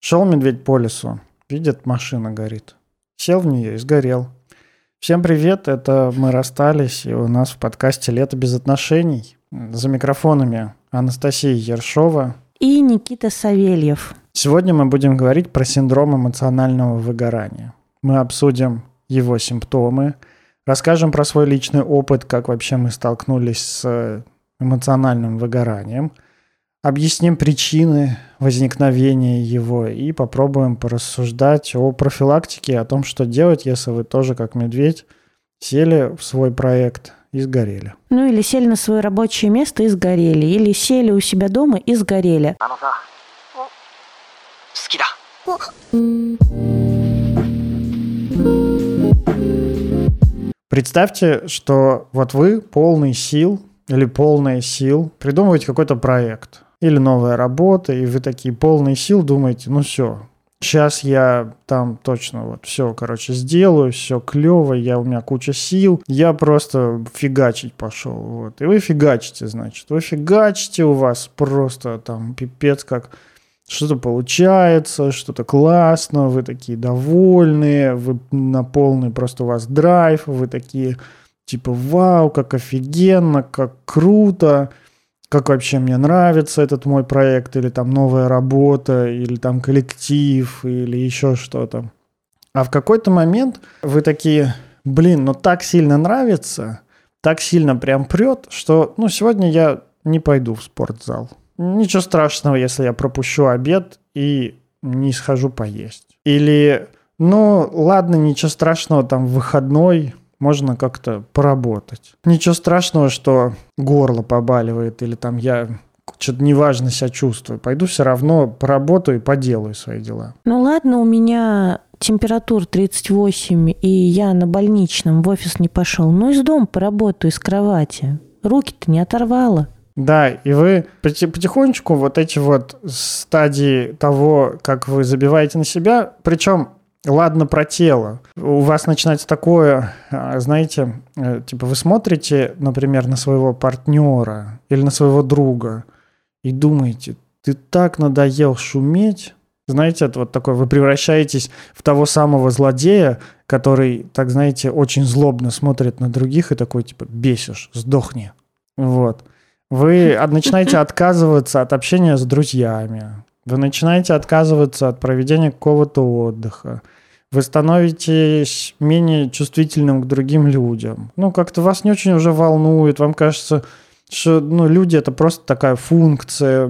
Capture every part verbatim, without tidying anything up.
Шел медведь по лесу, видит, машина горит. Сел в нее и сгорел. Всем привет, это мы расстались, и у нас в подкасте «Лето без отношений». За микрофонами Анастасия Ершова и Никита Савельев. Сегодня мы будем говорить про синдром эмоционального выгорания. Мы обсудим его симптомы, расскажем про свой личный опыт, как вообще мы столкнулись с эмоциональным выгоранием, объясним причины возникновения его и попробуем порассуждать о профилактике, о том, что делать, если вы тоже, как медведь, сели в свой проект и сгорели. Ну или сели на свое рабочее место и сгорели, или сели у себя дома и сгорели. Представьте, что вот вы полный сил или полная сил придумываете какой-то проект или новая работа, и вы такие полные сил думаете, ну все, сейчас я там точно вот все, короче, сделаю, все клево, я, у меня куча сил, я просто фигачить пошел, вот. И вы фигачите, значит, вы фигачите, у вас просто там пипец как что-то получается, что-то классно, вы такие довольные, вы на полный просто у вас драйв, вы такие типа вау, как офигенно, как круто, как вообще мне нравится этот мой проект, или там новая работа, или там коллектив, или еще что-то. А в какой-то момент вы такие, блин, ну так сильно нравится, так сильно прям прет, что ну сегодня я не пойду в спортзал. Ничего страшного, если я пропущу обед и не схожу поесть. Или, ну ладно, ничего страшного, там в выходной можно как-то поработать. Ничего страшного, что горло побаливает, или там я что-то неважно себя чувствую. Пойду все равно поработаю и поделаю свои дела. Ну ладно, у меня температура тридцать восемь, и я на больничном в офис не пошел. Ну из дома поработаю, из кровати. Руки-то не оторвала. Да, и вы потихонечку вот эти вот стадии того, как вы забиваете на себя, причем ладно про тело. У вас начинается такое, знаете, типа вы смотрите, например, на своего партнера или на своего друга и думаете, ты так надоел шуметь. Знаете, это вот такое, вы превращаетесь в того самого злодея, который, так знаете, очень злобно смотрит на других и такой, типа, бесишь, сдохни. Вот. Вы начинаете отказываться от общения с друзьями. Вы начинаете отказываться от проведения какого-то отдыха. Вы становитесь менее чувствительным к другим людям. Ну, как-то вас не очень уже волнует. Вам кажется, что ну, люди – это просто такая функция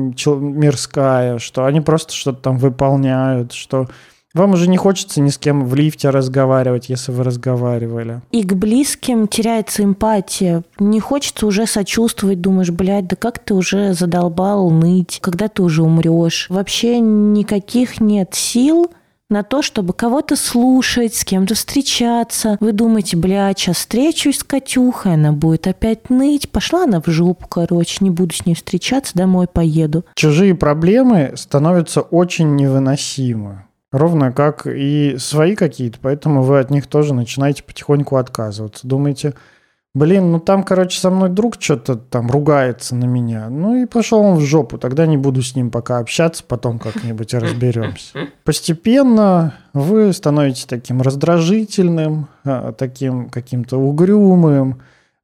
мирская, что они просто что-то там выполняют, что вам уже не хочется ни с кем в лифте разговаривать, если вы разговаривали. И к близким теряется эмпатия. Не хочется уже сочувствовать. Думаешь, блядь, да как ты уже задолбал ныть, когда ты уже умрешь. Вообще никаких нет сил на то, чтобы кого-то слушать, с кем-то встречаться. Вы думаете, блядь, сейчас встречусь с Катюхой, она будет опять ныть. Пошла она в жопу, короче, не буду с ней встречаться, домой поеду. Чужие проблемы становятся очень невыносимы. Ровно как и свои какие-то, поэтому вы от них тоже начинаете потихоньку отказываться. Думаете, блин, ну там, короче, со мной друг что-то там ругается на меня. Ну и пошел он в жопу, тогда не буду с ним пока общаться, потом как-нибудь разберемся. Постепенно вы становитесь таким раздражительным, таким каким-то угрюмым,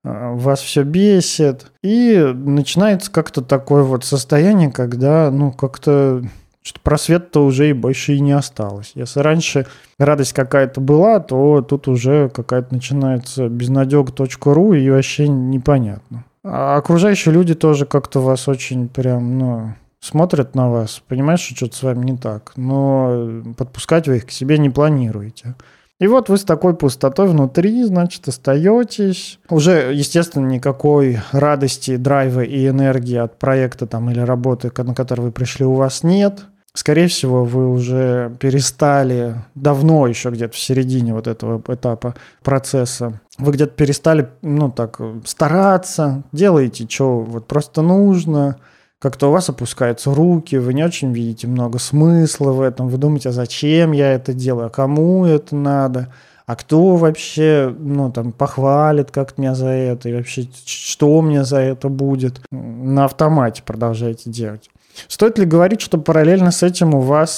вас все бесит. И начинается как-то такое вот состояние, когда, ну, как-то что просвета-то уже и больше и не осталось. Если раньше радость какая-то была, то тут уже какая-то начинается безнадега точка ру, и вообще непонятно. А окружающие люди тоже как-то вас очень прям, ну, смотрят на вас, понимаешь, что что-то с вами не так, но подпускать вы их к себе не планируете. И вот вы с такой пустотой внутри, значит, остаетесь. Уже, естественно, никакой радости, драйва и энергии от проекта там, или работы, на который вы пришли, у вас нет. Скорее всего, вы уже перестали, давно еще где-то в середине вот этого этапа процесса, вы где-то перестали, ну так, стараться, делаете, что вот просто нужно. Как-то у вас опускаются руки, вы не очень видите много смысла в этом, вы думаете, а зачем я это делаю, а кому это надо, а кто вообще, ну, там, похвалит как-то меня за это, и вообще, что мне за это будет. На автомате продолжаете делать. Стоит ли говорить, что параллельно с этим у вас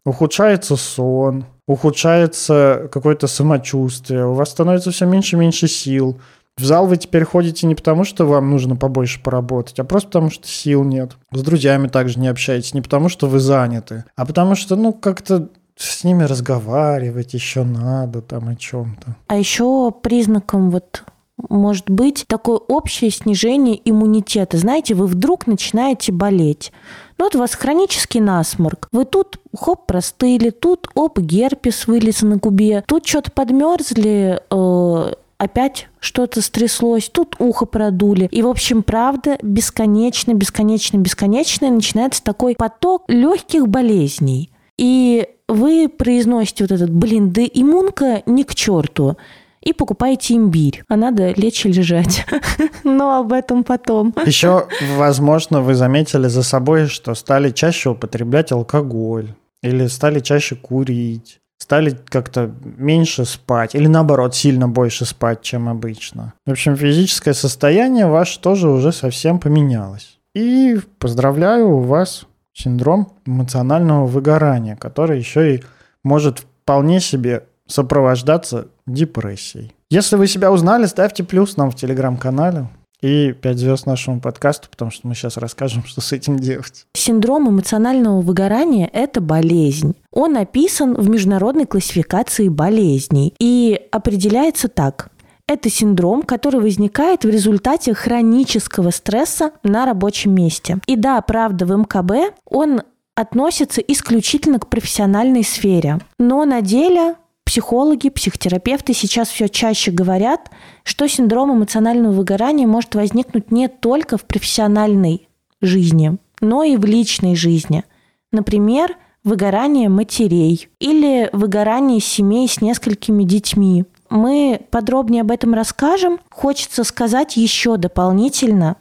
ухудшается сон, ухудшается какое-то самочувствие, у вас становится все меньше и меньше сил. В зал вы теперь ходите не потому, что вам нужно побольше поработать, а просто потому, что сил нет. С друзьями также не общаетесь, не потому, что вы заняты, а потому что, ну, как-то с ними разговаривать еще надо там о чем-то. А еще признаком вот может быть такое общее снижение иммунитета. Знаете, вы вдруг начинаете болеть. Ну, вот у вас хронический насморк. Вы тут, хоп, простыли, тут, оп, герпес вылез на губе, тут что-то подмерзли, э, опять что-то стряслось, тут ухо продули. И, в общем, правда, бесконечно, бесконечно, бесконечно начинается такой поток легких болезней. И вы произносите вот этот, блин, да иммунка ни к черту, и покупаете имбирь. А надо лечь и лежать. Но об этом потом. Еще, возможно, вы заметили за собой, что стали чаще употреблять алкоголь, или стали чаще курить, стали как-то меньше спать, или наоборот, сильно больше спать, чем обычно. В общем, физическое состояние ваше тоже уже совсем поменялось. И поздравляю, у вас синдром эмоционального выгорания, который еще и может вполне себе сопровождаться депрессией. Если вы себя узнали, ставьте плюс нам в телеграм-канале и пять звезд нашему подкасту, потому что мы сейчас расскажем, что с этим делать. Синдром эмоционального выгорания – это болезнь. Он описан в международной классификации болезней и определяется так. Это синдром, который возникает в результате хронического стресса на рабочем месте. И да, правда, в эм ка бэ он относится исключительно к профессиональной сфере. Но на деле психологи, психотерапевты сейчас все чаще говорят, что синдром эмоционального выгорания может возникнуть не только в профессиональной жизни, но и в личной жизни. Например, выгорание матерей или выгорание семей с несколькими детьми. Мы подробнее об этом расскажем. Хочется сказать еще дополнительно,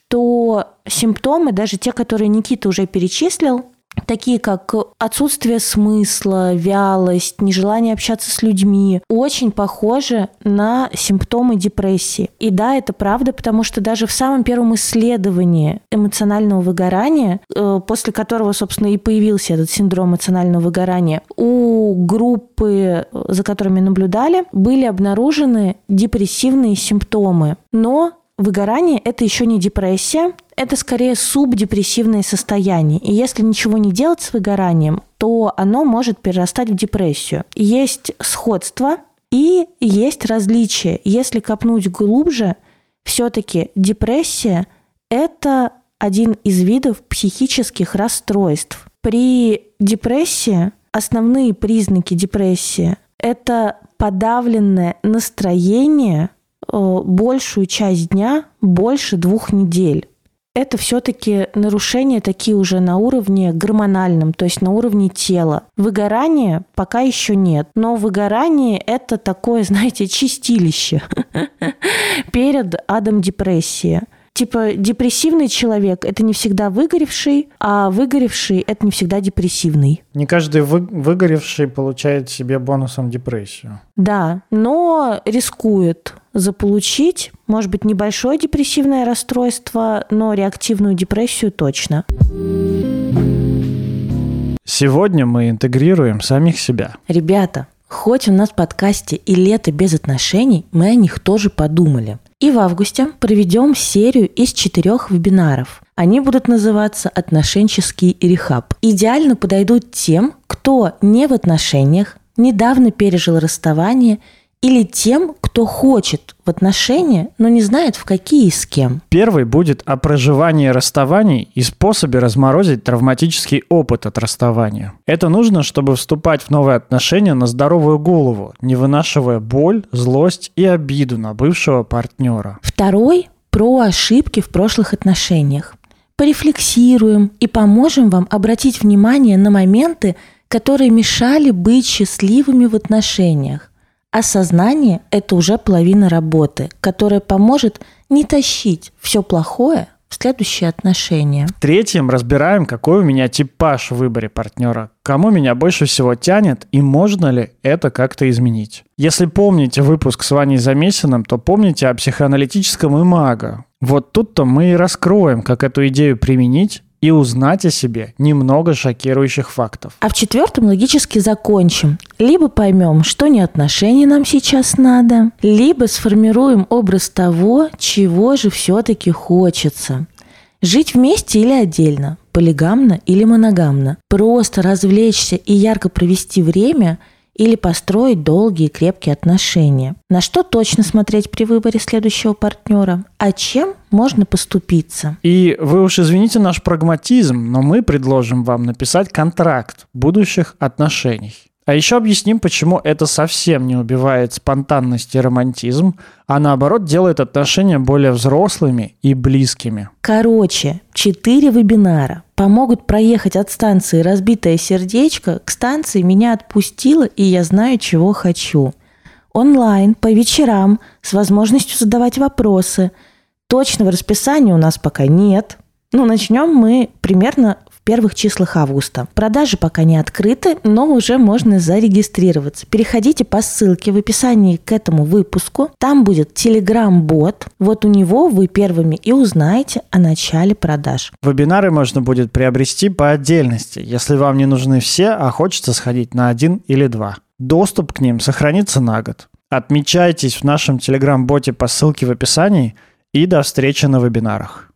что симптомы, даже те, которые Никита уже перечислил, такие как отсутствие смысла, вялость, нежелание общаться с людьми, очень похожи на симптомы депрессии. И да, это правда, потому что даже в самом первом исследовании эмоционального выгорания, после которого, собственно, и появился этот синдром эмоционального выгорания, у группы, за которыми наблюдали, были обнаружены депрессивные симптомы. Но выгорание – это еще не депрессия, это скорее субдепрессивное состояние. И если ничего не делать с выгоранием, то оно может перерастать в депрессию. Есть сходство и есть различия. Если копнуть глубже, все-таки депрессия – это один из видов психических расстройств. При депрессии основные признаки депрессии – это подавленное настроение большую часть дня, больше двух недель. Это все-таки нарушения такие уже на уровне гормональном, то есть на уровне тела. Выгорания пока еще нет, но выгорание – это такое, знаете, чистилище перед адом депрессии. Типа депрессивный человек – это не всегда выгоревший, а выгоревший – это не всегда депрессивный. Не каждый вы, выгоревший получает себе бонусом депрессию. Да, но рискует заполучить, может быть, небольшое депрессивное расстройство, но реактивную депрессию точно. Сегодня мы интегрируем самих себя. Ребята, хоть у нас в подкасте и лето без отношений, мы о них тоже подумали. И в августе проведем серию из четырех вебинаров. Они будут называться «Отношенческий рехаб». Идеально подойдут тем, кто не в отношениях, недавно пережил расставание, или тем, кто хочет в отношения, но не знает, в какие и с кем. Первый будет о проживании расставаний и способе разморозить травматический опыт от расставания. Это нужно, чтобы вступать в новые отношения на здоровую голову, не вынашивая боль, злость и обиду на бывшего партнера. Второй – про ошибки в прошлых отношениях. Порефлексируем и поможем вам обратить внимание на моменты, которые мешали быть счастливыми в отношениях. Осознание – это уже половина работы, которая поможет не тащить все плохое в следующие отношения. Третьим разбираем, какой у меня типаж в выборе партнера, кому меня больше всего тянет и можно ли это как-то изменить. Если помните выпуск с Ваней Замесиным, то помните о психоаналитическом имаго. Вот тут-то мы и раскроем, как эту идею применить и узнать о себе немного шокирующих фактов. А в четвертом логически закончим. Либо поймем, что не отношения нам сейчас надо, либо сформируем образ того, чего же все-таки хочется. Жить вместе или отдельно, полигамно или моногамно, просто развлечься и ярко провести время или построить долгие и крепкие отношения. На что точно смотреть при выборе следующего партнера, а чем можно поступиться. И вы уж извините наш прагматизм, но мы предложим вам написать контракт будущих отношений. А еще объясним, почему это совсем не убивает спонтанность и романтизм, а наоборот делает отношения более взрослыми и близкими. Короче, четыре вебинара помогут проехать от станции «Разбитое сердечко» к станции «Меня отпустило, и я знаю, чего хочу». Онлайн, по вечерам, с возможностью задавать вопросы. Точного расписания у нас пока нет. Ну, начнем мы примерно в первых числах августа. Продажи пока не открыты, но уже можно зарегистрироваться. Переходите по ссылке в описании к этому выпуску. Там будет Telegram-бот. Вот у него вы первыми и узнаете о начале продаж. Вебинары можно будет приобрести по отдельности, если вам не нужны все, а хочется сходить на один или два. Доступ к ним сохранится на год. Отмечайтесь в нашем Telegram-боте по ссылке в описании и до встречи на вебинарах.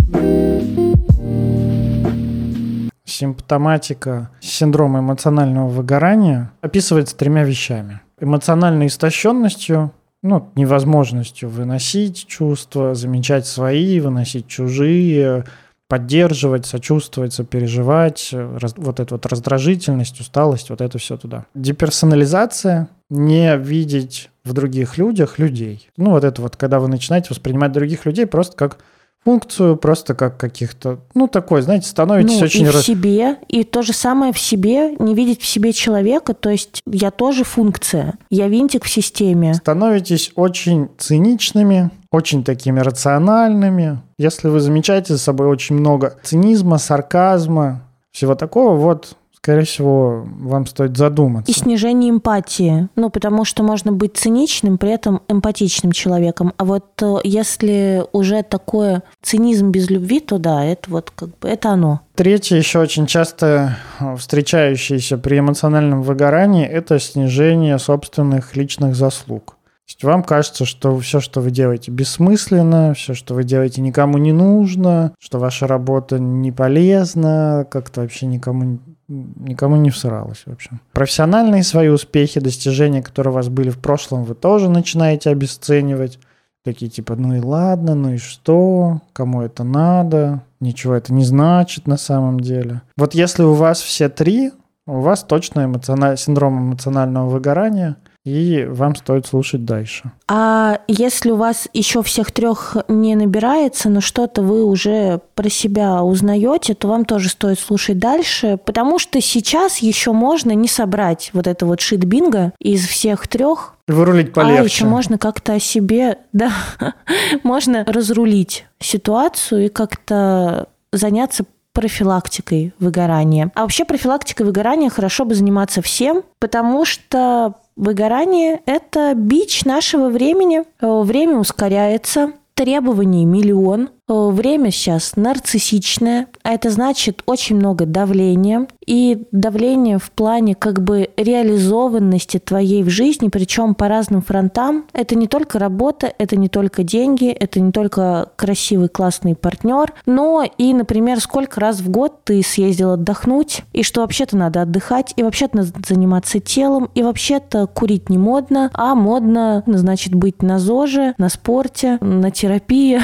Симптоматика синдрома эмоционального выгорания описывается тремя вещами. Эмоциональной истощенностью, ну, невозможностью выносить чувства, замечать свои, выносить чужие, поддерживать, сочувствовать, сопереживать, раз, вот эта вот раздражительность, усталость, вот это все туда. Деперсонализация, не видеть в других людях людей. Ну, вот это вот, когда вы начинаете воспринимать других людей просто как функцию, просто как каких-то, ну, такой, знаете, становитесь ну, очень... и в себе, и то же самое в себе, не видеть в себе человека, то есть я тоже функция, я винтик в системе. Становитесь очень циничными, очень такими рациональными. Если вы замечаете за собой очень много цинизма, сарказма, всего такого, вот... скорее всего, вам стоит задуматься. И снижение эмпатии. Ну, потому что можно быть циничным, при этом эмпатичным человеком. А вот если уже такое цинизм без любви, то да, это вот как бы это оно. Третье, еще очень часто встречающееся при эмоциональном выгорании, это снижение собственных личных заслуг. То есть вам кажется, что все, что вы делаете, бессмысленно, все, что вы делаете, никому не нужно, что ваша работа не полезна, как-то вообще никому, никому не всралось, в общем. Профессиональные свои успехи, достижения, которые у вас были в прошлом, вы тоже начинаете обесценивать. Такие типа, ну и ладно, ну и что, кому это надо, ничего это не значит на самом деле. Вот если у вас все три, у вас точно эмоциональ... синдром эмоционального выгорания, и вам стоит слушать дальше. А если у вас еще всех трех не набирается, но что-то вы уже про себя узнаете, то вам тоже стоит слушать дальше, потому что сейчас еще можно не собрать вот это вот шит-бинго из всех трех. Вырулить полегче. А еще можно как-то о себе, да, можно разрулить ситуацию и как-то заняться профилактикой выгорания. А вообще профилактикой выгорания хорошо бы заниматься всем, потому что выгорание – это бич нашего времени. Время ускоряется, требований миллион. Время сейчас нарциссичное, а это значит очень много давления. И давление в плане как бы реализованности твоей в жизни, причем по разным фронтам. Это не только работа, это не только деньги, это не только красивый классный партнер, но и, например, сколько раз в год ты съездил отдохнуть, и что вообще-то надо отдыхать, и вообще-то надо заниматься телом, и вообще-то курить не модно, а модно, значит, быть на ЗОЖе, на спорте, на терапии.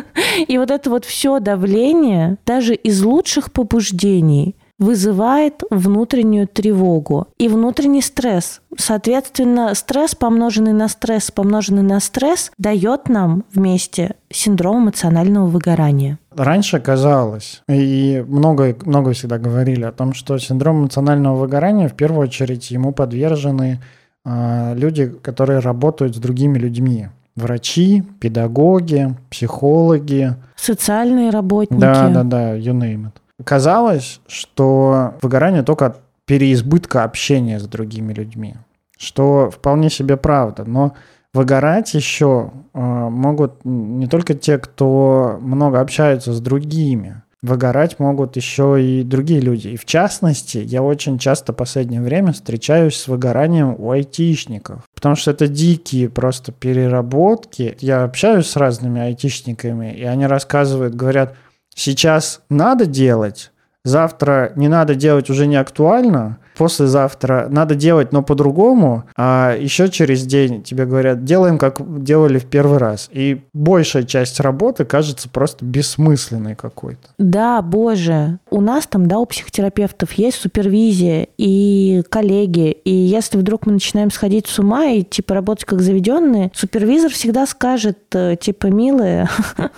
И вот это вот все давление, даже из лучших побуждений, вызывает внутреннюю тревогу и внутренний стресс. Соответственно, стресс, помноженный на стресс, помноженный на стресс, дает нам вместе синдром эмоционального выгорания. Раньше казалось, и много, много всегда говорили о том, что синдром эмоционального выгорания в первую очередь ему подвержены э, люди, которые работают с другими людьми. Врачи, педагоги, психологи. Социальные работники. Да, да, да, you name it. Казалось, что выгорание только от переизбытка общения с другими людьми, что вполне себе правда, но выгорать еще э, могут не только те, кто много общается с другими, выгорать могут еще и другие люди. И в частности, я очень часто в последнее время встречаюсь с выгоранием у айтишников, потому что это дикие просто переработки. Я общаюсь с разными айтишниками, и они рассказывают, говорят, сейчас надо делать, завтра не надо делать, уже не актуально, послезавтра надо делать, но по-другому, а еще через день тебе говорят, делаем, как делали в первый раз. И большая часть работы кажется просто бессмысленной какой-то. Да, боже. У нас там, да, у психотерапевтов есть супервизия и коллеги, и если вдруг мы начинаем сходить с ума и типа работать как заведенные, супервизор всегда скажет, типа, милая,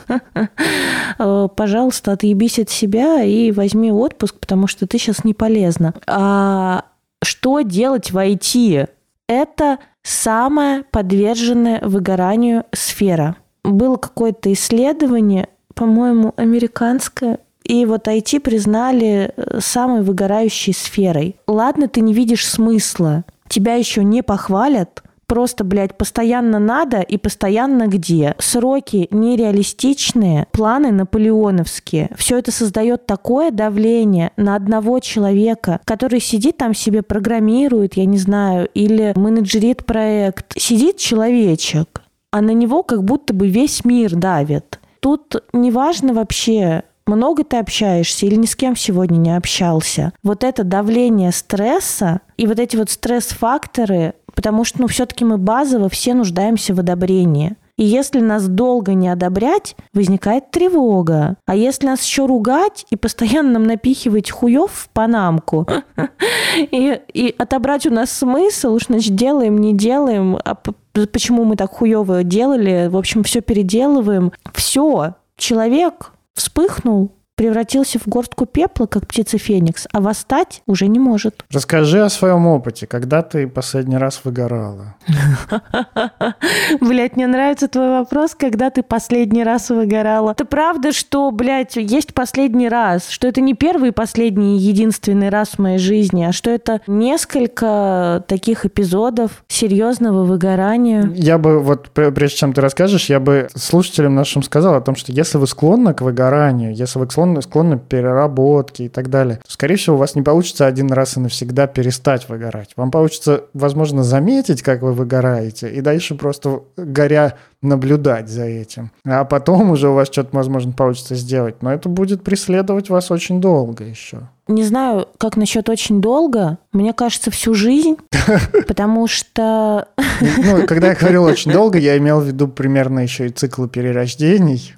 пожалуйста, отъебись от себя и возьми отпуск, потому что ты сейчас не полезна. А что делать в ай ти? Это самая подверженная выгоранию сфера. Было какое-то исследование, по-моему, американское, и вот ай ти признали самой выгорающей сферой. Ладно, ты не видишь смысла, тебя еще не похвалят, просто, блядь, постоянно надо и постоянно где. Сроки нереалистичные, планы наполеоновские. Все это создает такое давление на одного человека, который сидит там себе, программирует, я не знаю, или менеджерит проект. Сидит человечек, а на него как будто бы весь мир давит. Тут неважно вообще, много ты общаешься или ни с кем сегодня не общался. Вот это давление стресса и вот эти вот стресс-факторы, потому что, ну, все-таки мы базово все нуждаемся в одобрении. И если нас долго не одобрять, возникает тревога. А если нас еще ругать и постоянно нам напихивать хуев в панамку, и, и отобрать у нас смысл, уж, значит, делаем, не делаем, а почему мы так хуево делали, в общем, все переделываем. Все, человек вспыхнул, превратился в горстку пепла, как птица Феникс, а восстать уже не может. Расскажи о своем опыте. Когда ты последний раз выгорала? Блядь, мне нравится твой вопрос, когда ты последний раз выгорала. Это правда, что, блядь, есть последний раз, что это не первый и последний единственный раз в моей жизни, а что это несколько таких эпизодов серьезного выгорания. Я бы, вот прежде чем ты расскажешь, я бы слушателям нашим сказал о том, что если вы склонны к выгоранию, если вы склонны склонны к переработке и так далее, то, скорее всего, у вас не получится один раз и навсегда перестать выгорать. Вам получится, возможно, заметить, как вы выгораете, и дальше просто горя наблюдать за этим. А потом уже у вас что-то, возможно, получится сделать. Но это будет преследовать вас очень долго еще. Не знаю, как насчет очень долго. Мне кажется, всю жизнь, потому что... Ну, когда я говорил очень долго, я имел в виду примерно еще и циклы перерождений.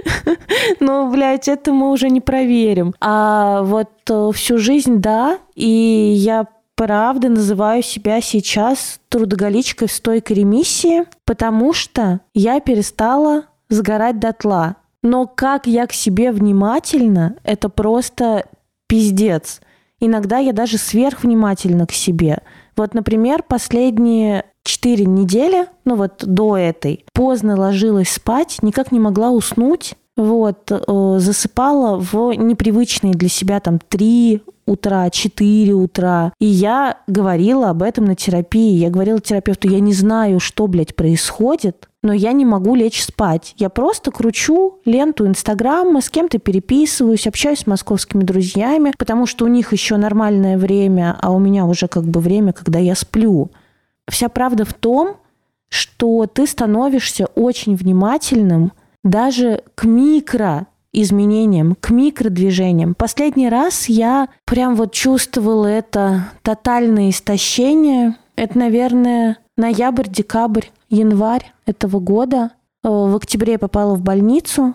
Ну, блядь, это мы уже не проверим. А вот всю жизнь, да, и я правда называю себя сейчас трудоголичкой в стойкой ремиссии, потому что я перестала сгорать дотла. Но как я к себе внимательна, это просто пиздец. Иногда я даже сверхвнимательна к себе. Вот, например, последние четыре недели, ну вот до этой, поздно ложилась спать, никак не могла уснуть, вот, э, засыпала в непривычные для себя там три утра, четыре утра. И я говорила об этом на терапии. Я говорила терапевту, я не знаю, что, блядь, происходит, но я не могу лечь спать. Я просто кручу ленту Инстаграма, с кем-то переписываюсь, общаюсь с московскими друзьями, потому что у них еще нормальное время, а у меня уже как бы время, когда я сплю. Вся правда в том, что ты становишься очень внимательным даже к микроизменениям, к микродвижениям. Последний раз я прям вот чувствовала это тотальное истощение. Это, наверное, ноябрь, декабрь, январь этого года. В октябре я попала в больницу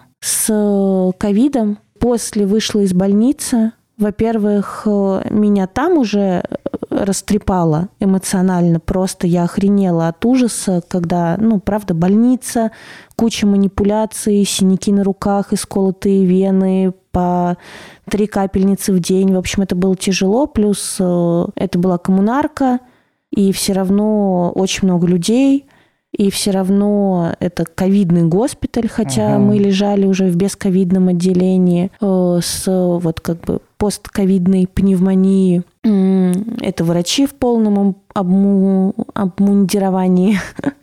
с ковидом. После вышла из больницы. Во-первых, меня там уже растрепало эмоционально. Просто я охренела от ужаса, когда, ну, правда, больница, куча манипуляций, синяки на руках, исколотые вены, по три капельницы в день. В общем, это было тяжело. Плюс это была коммунарка, и все равно очень много людей. И все равно это ковидный госпиталь, хотя ага. мы лежали уже в бесковидном отделении с вот как бы постковидной пневмонией. Это врачи в полном обму... обмундировании.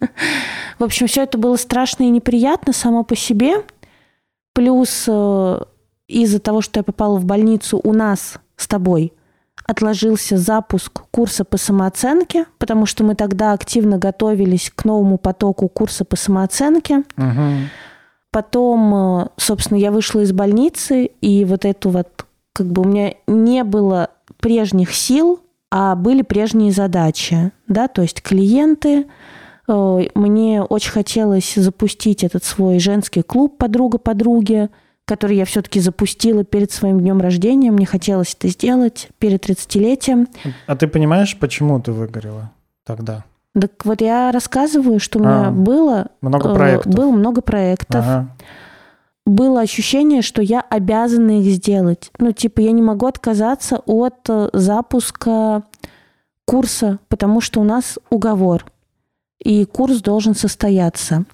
В общем, все это было страшно и неприятно само по себе. Плюс из-за того, что я попала в больницу, у нас с тобой отложился запуск курса по самооценке, потому что мы тогда активно готовились к новому потоку курса по самооценке. Угу. Потом, собственно, я вышла из больницы, и вот эту вот, как бы у меня не было прежних сил, а были прежние задачи, да, то есть клиенты. Мне очень хотелось запустить этот свой женский клуб «Подруга подруги», который я все-таки запустила перед своим днем рождения. Мне хотелось это сделать перед тридцатилетием. А ты понимаешь, почему ты выгорела тогда? Так вот я рассказываю, что у меня а, было много проектов. Было много проектов. Ага. Было ощущение, что я обязана их сделать. Ну, типа, я не могу отказаться от запуска курса, потому что у нас уговор, и курс должен состояться.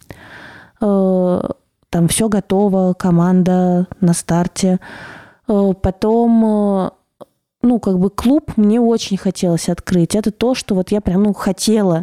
Там все готово, команда на старте. Потом, ну, как бы клуб мне очень хотелось открыть. Это то, что вот я прям, ну, хотела.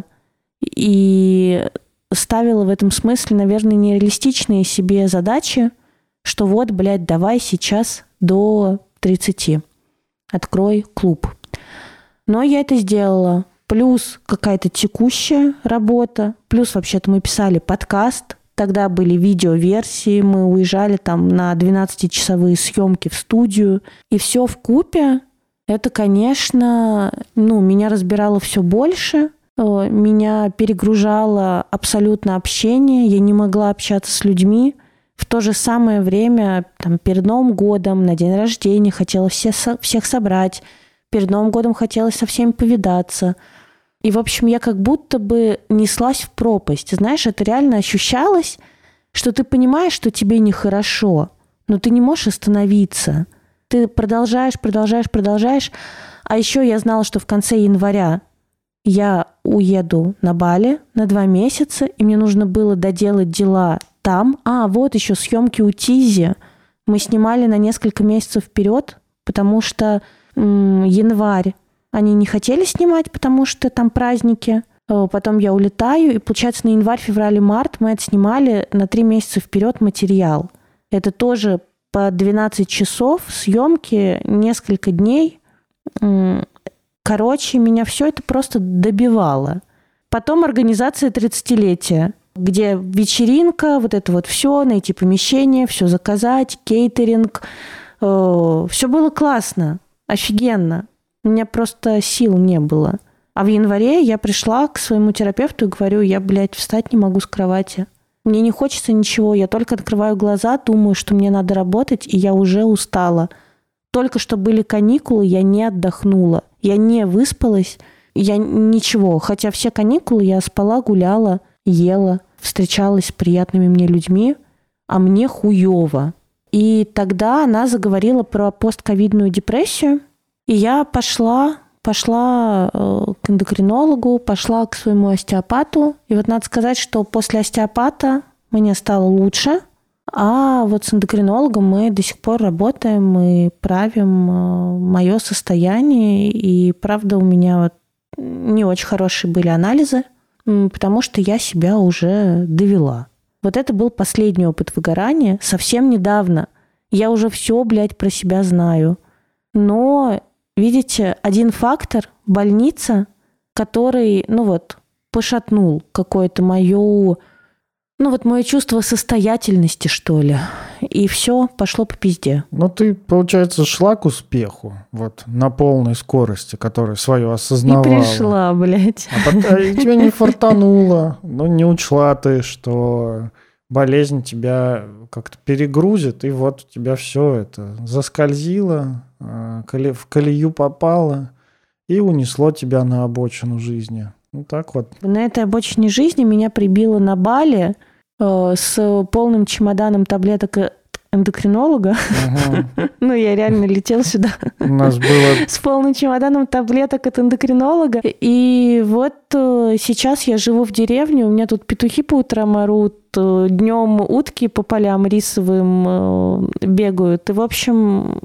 И ставила в этом смысле, наверное, нереалистичные себе задачи, что вот, блядь, давай сейчас до тридцати открой клуб. Но я это сделала. Плюс какая-то текущая работа. Плюс вообще-то мы писали подкаст. Тогда были видеоверсии, мы уезжали там на двенадцатичасовые съемки в студию. И все вкупе, это, конечно, ну, меня разбирало все больше, меня перегружало абсолютно общение, я не могла общаться с людьми. В то же самое время, там, перед Новым годом, на день рождения хотела все, всех собрать, перед Новым годом хотела со всеми повидаться. И, в общем, я как будто бы неслась в пропасть. Знаешь, это реально ощущалось, что ты понимаешь, что тебе нехорошо, но ты не можешь остановиться. Ты продолжаешь, продолжаешь, продолжаешь. А еще я знала, что в конце января я уеду на Бали на два месяца, и мне нужно было доделать дела там. А, вот еще съемки у Тизи. Мы снимали на несколько месяцев вперед, потому что м- январь они не хотели снимать, потому что там праздники. Потом я улетаю, и, получается, на январь, февраль и март мы отснимали на три месяца вперед материал. Это тоже по двенадцать часов съемки, несколько дней. Короче, меня все это просто добивало. Потом организация тридцатилетия, где вечеринка, вот это вот все, найти помещение, все заказать, кейтеринг. Все было классно, офигенно. У меня просто сил не было. А в январе я пришла к своему терапевту и говорю, я, блядь, встать не могу с кровати. Мне не хочется ничего, я только открываю глаза, думаю, что мне надо работать, и я уже устала. Только что были каникулы, я не отдохнула, я не выспалась, я ничего. Хотя все каникулы я спала, гуляла, ела, встречалась с приятными мне людьми, а мне хуёво. И тогда она заговорила про постковидную депрессию, и я пошла, пошла к эндокринологу, пошла к своему остеопату. И вот надо сказать, что после остеопата мне стало лучше, а вот с эндокринологом мы до сих пор работаем, мы правим мое состояние. И правда у меня вот не очень хорошие были анализы, потому что я себя уже довела. Вот это был последний опыт выгорания, совсем недавно. Я уже все, блядь, про себя знаю. Но... Видите, один фактор – больница, который, ну вот, пошатнул какое-то мое, ну вот мое чувство состоятельности, что ли. И все пошло по пизде. Ну, ты, получается, шла к успеху, вот, на полной скорости, которую свою осознавала. И пришла, блядь. А потом тебя не фартануло, ну, не учла ты, что болезнь тебя как-то перегрузит, и вот у тебя все это заскользило, в колею попало и унесло тебя на обочину жизни. Ну так вот. На этой обочине жизни меня прибило на Бали э, с полным чемоданом таблеток эндокринолога. Ага. Ну, я реально летела сюда. У нас было... С полным чемоданом таблеток от эндокринолога. И вот э, сейчас я живу в деревне, у меня тут петухи по утрам орут, э, днем утки по полям рисовым э, бегают. И, в общем...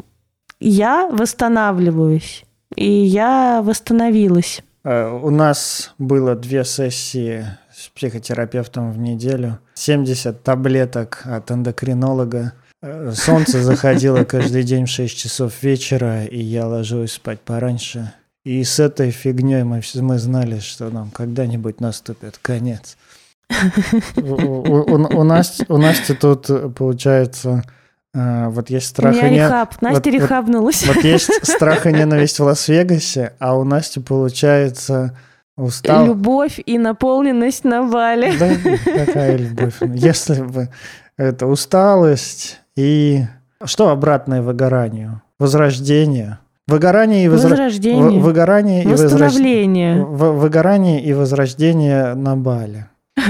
Я восстанавливаюсь, и я восстановилась. У нас было две сессии с психотерапевтом в неделю, семьдесят таблеток от эндокринолога. Солнце заходило каждый день в шесть часов вечера, и я ложусь спать пораньше. И с этой фигней мы, мы знали, что нам когда-нибудь наступит конец. У, у, у, Насти, у Насти тут, получается, вот есть страх и ненависть. Рехаб. Настя вот, рехабнулась. Вот, вот есть страх и ненависть в Лас-Вегасе, а у Насти, получается, устал... Любовь и наполненность на Бали. Да, какая любовь. Если бы это усталость и... Что обратное выгоранию? Возрождение. Выгорание и возра... возрождение. В... Выгорание и восстановление. В... Выгорание и возрождение на Бали.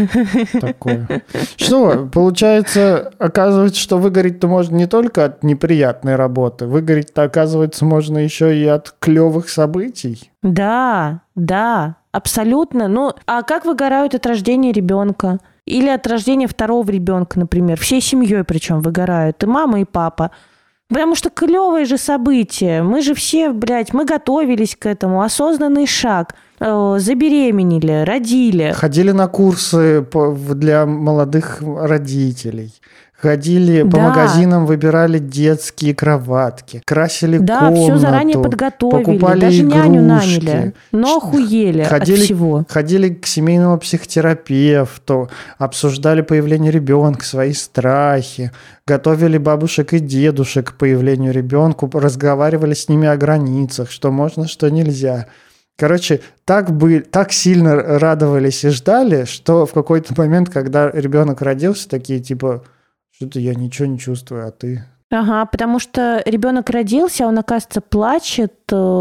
Такое. Что, получается, оказывается, что выгореть-то можно не только от неприятной работы, выгореть-то, оказывается, можно еще и от клевых событий. Да, да, абсолютно. Ну, а как выгорают от рождения ребенка? Или от рождения второго ребенка, например. Всей семьей причем выгорают. И мама, и папа. Потому что клевые же события. Мы же все, блядь, мы готовились к этому. Осознанный шаг. Забеременели, родили. Ходили на курсы для молодых родителей. Ходили по да. магазинам, выбирали детские кроватки, красили да, комнату. Да, все заранее подготовили. Покупали даже игрушки. Няню наняли. Но охуели ходили, от всего. Ходили к семейному психотерапевту, обсуждали появление ребенка, свои страхи, готовили бабушек и дедушек к появлению ребенка, разговаривали с ними о границах, что можно, что нельзя. Короче, так, бы, так сильно радовались и ждали, что в какой-то момент, когда ребенок родился, такие типа... Что-то я ничего не чувствую, а ты? Ага, потому что ребенок родился, он, оказывается, плачет,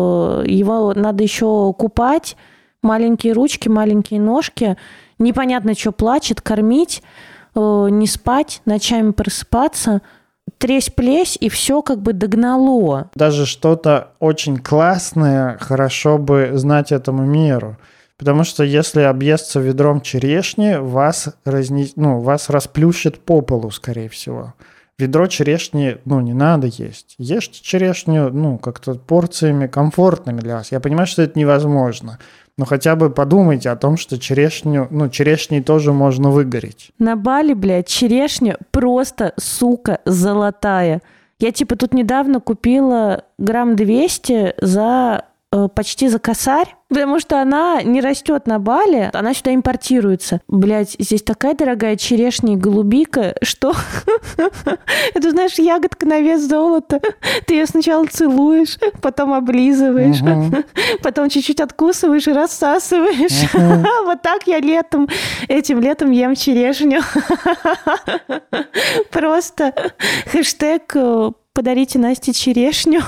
его надо еще купать, маленькие ручки, маленькие ножки, непонятно, что плачет, кормить, не спать, ночами просыпаться, тресь-плесь, и все как бы догнало. Даже что-то очень классное, хорошо бы знать этому миру. Потому что если объесться ведром черешни, вас, разне... ну, вас расплющит по полу, скорее всего. Ведро черешни, ну, не надо есть. Ешьте черешню, ну, как-то порциями комфортными для вас. Я понимаю, что это невозможно. Но хотя бы подумайте о том, что черешню, ну, черешней тоже можно выгореть. На Бали, блядь, черешня просто, сука, золотая. Я, типа, тут недавно купила грамм двести за... почти за косарь, потому что она не растет на Бали, она сюда импортируется. Блять, здесь такая дорогая черешня и голубика, что это, знаешь, ягодка на вес золота. Ты ее сначала целуешь, потом облизываешь, потом чуть-чуть откусываешь и рассасываешь. Вот так я летом, этим летом ем черешню. Просто хэштег «Подарите Насте черешню».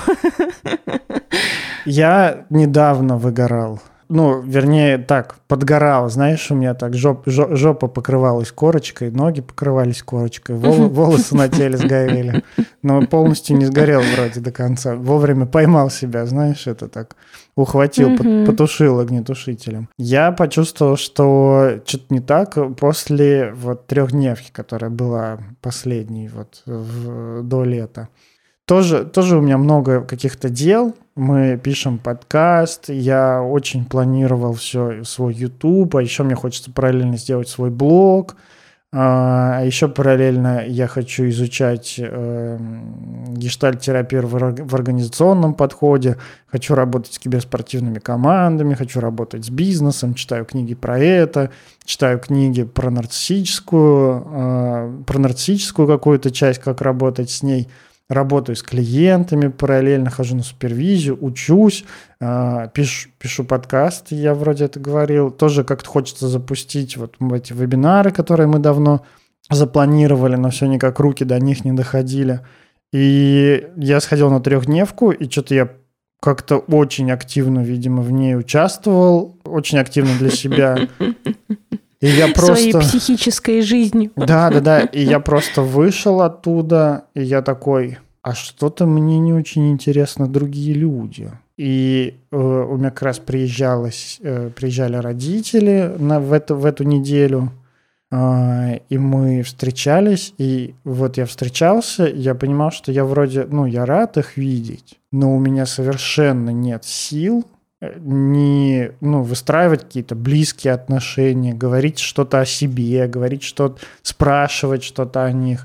Я недавно выгорал. Ну, вернее, так, подгорал. Знаешь, у меня так жоп, жоп, жопа покрывалась корочкой, ноги покрывались корочкой, вол, волосы на теле сгорели. Но полностью не сгорел вроде до конца. Вовремя поймал себя, знаешь, это так. Ухватил, mm-hmm. потушил огнетушителем. Я почувствовал, что что-то не так после вот трехдневки, которая была последней вот в, до лета. Тоже, тоже у меня много каких-то дел. Мы пишем подкаст. Я очень планировал все, свой YouTube. А еще мне хочется параллельно сделать свой блог. А еще параллельно я хочу изучать э, гештальт-терапию в организационном подходе. Хочу работать с киберспортивными командами. Хочу работать с бизнесом. Читаю книги про это. Читаю книги про нарциссическую, э, про нарциссическую какую-то часть, как работать с ней. Работаю с клиентами, параллельно хожу на супервизию, учусь, э, пишу, пишу подкасты, я вроде это говорил. Тоже как-то хочется запустить вот эти вебинары, которые мы давно запланировали, но все никак руки до них не доходили. И я сходил на трехдневку, и что-то я как-то очень активно, видимо, в ней участвовал, очень активно для себя. И я просто... Своей психической жизнью. Да, да, да. И я просто вышел оттуда, и я такой, а что-то мне не очень интересно другие люди. И э, у меня как раз приезжалось, э, приезжали родители на, в, эту, в эту неделю, э, и мы встречались, и вот я встречался, и я понимал, что я вроде, ну, я рад их видеть, но у меня совершенно нет сил не, ну, выстраивать какие-то близкие отношения, говорить что-то о себе, говорить что-то, спрашивать что-то о них.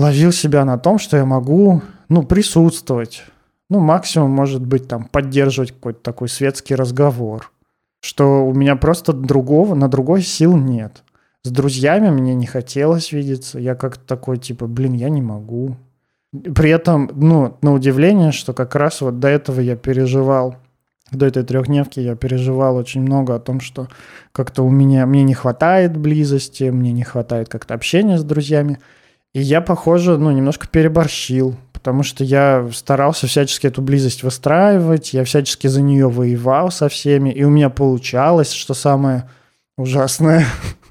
ловил себя на том, что я могу, ну, присутствовать. Ну, максимум, может быть, там, поддерживать какой-то такой светский разговор. Что у меня просто другого, на другой сил нет. С друзьями мне не хотелось видеться. Я как-то такой, типа, блин, я не могу. При этом, ну, на удивление, что как раз вот до этого я переживал, до этой трехдневки я переживал очень много о том, что как-то у меня, мне не хватает близости, мне не хватает как-то общения с друзьями. И я, похоже, ну, немножко переборщил, потому что я старался всячески эту близость выстраивать, я всячески за нее воевал со всеми, и у меня получалось, что самое ужасное.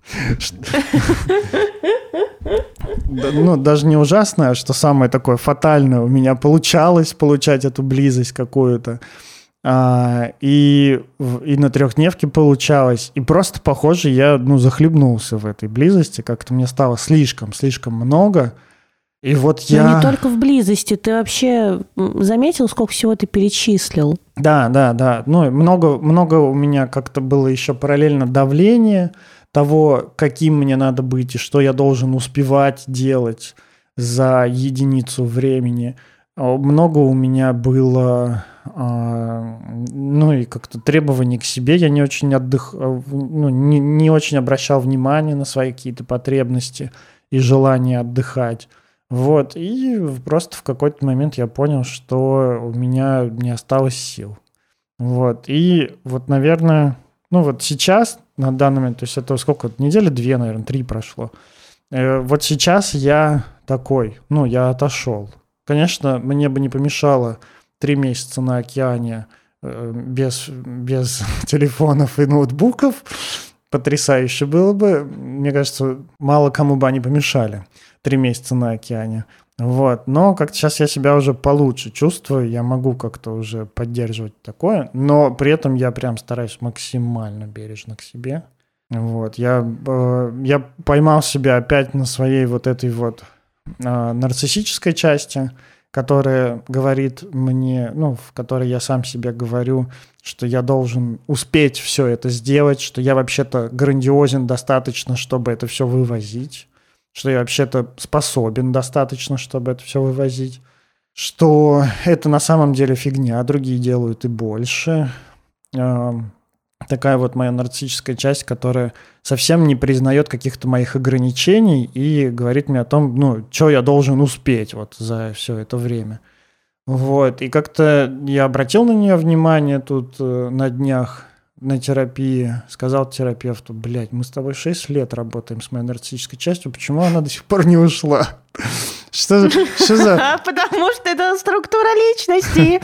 Ну, даже не ужасное, а что самое такое фатальное. У меня получалось получать эту близость какую-то. А, и, и на трехдневке получалось. И просто, похоже, я, ну, захлебнулся в этой близости. Как-то мне стало слишком, слишком много. И вот я... Но не только в близости. Ты вообще заметил, сколько всего ты перечислил? Да, да, да. Ну, много, много у меня как-то было еще параллельно давление того, каким мне надо быть и что я должен успевать делать за единицу времени. Много у меня было, ну, и как-то требований к себе. Я не очень отдых, ну, не, не очень обращал внимание на свои какие-то потребности и желание отдыхать. Вот, и просто в какой-то момент я понял, что у меня не осталось сил. Вот, и вот, наверное, ну вот сейчас, на данный момент, то есть это сколько, недели две, наверное, три прошло. Вот сейчас я такой, ну, я отошел. Конечно, мне бы не помешало три месяца на океане без, без телефонов и ноутбуков. Потрясающе было бы. Мне кажется, мало кому бы они помешали. Три месяца на океане. Вот. Но как-то сейчас я себя уже получше чувствую. Я могу как-то уже поддерживать такое. Но при этом я прям стараюсь максимально бережно к себе. Вот. Я, э, я поймал себя опять на своей вот этой вот э, нарциссической части, которая говорит мне, ну, в которой я сам себе говорю, что я должен успеть все это сделать, что я вообще-то грандиозен достаточно, чтобы это все вывозить, что я вообще-то способен достаточно, чтобы это все вывозить, что это на самом деле фигня, а другие делают и больше. Такая вот моя нарциссическая часть, которая совсем не признает каких-то моих ограничений и говорит мне о том, ну, что я должен успеть вот за все это время. Вот, и как-то я обратил на нее внимание тут э, на днях на терапии, сказал терапевту, блядь, мы с тобой шесть лет работаем с моей нарциссической частью, почему она до сих пор не ушла? Что, что за... Потому что это структура личности.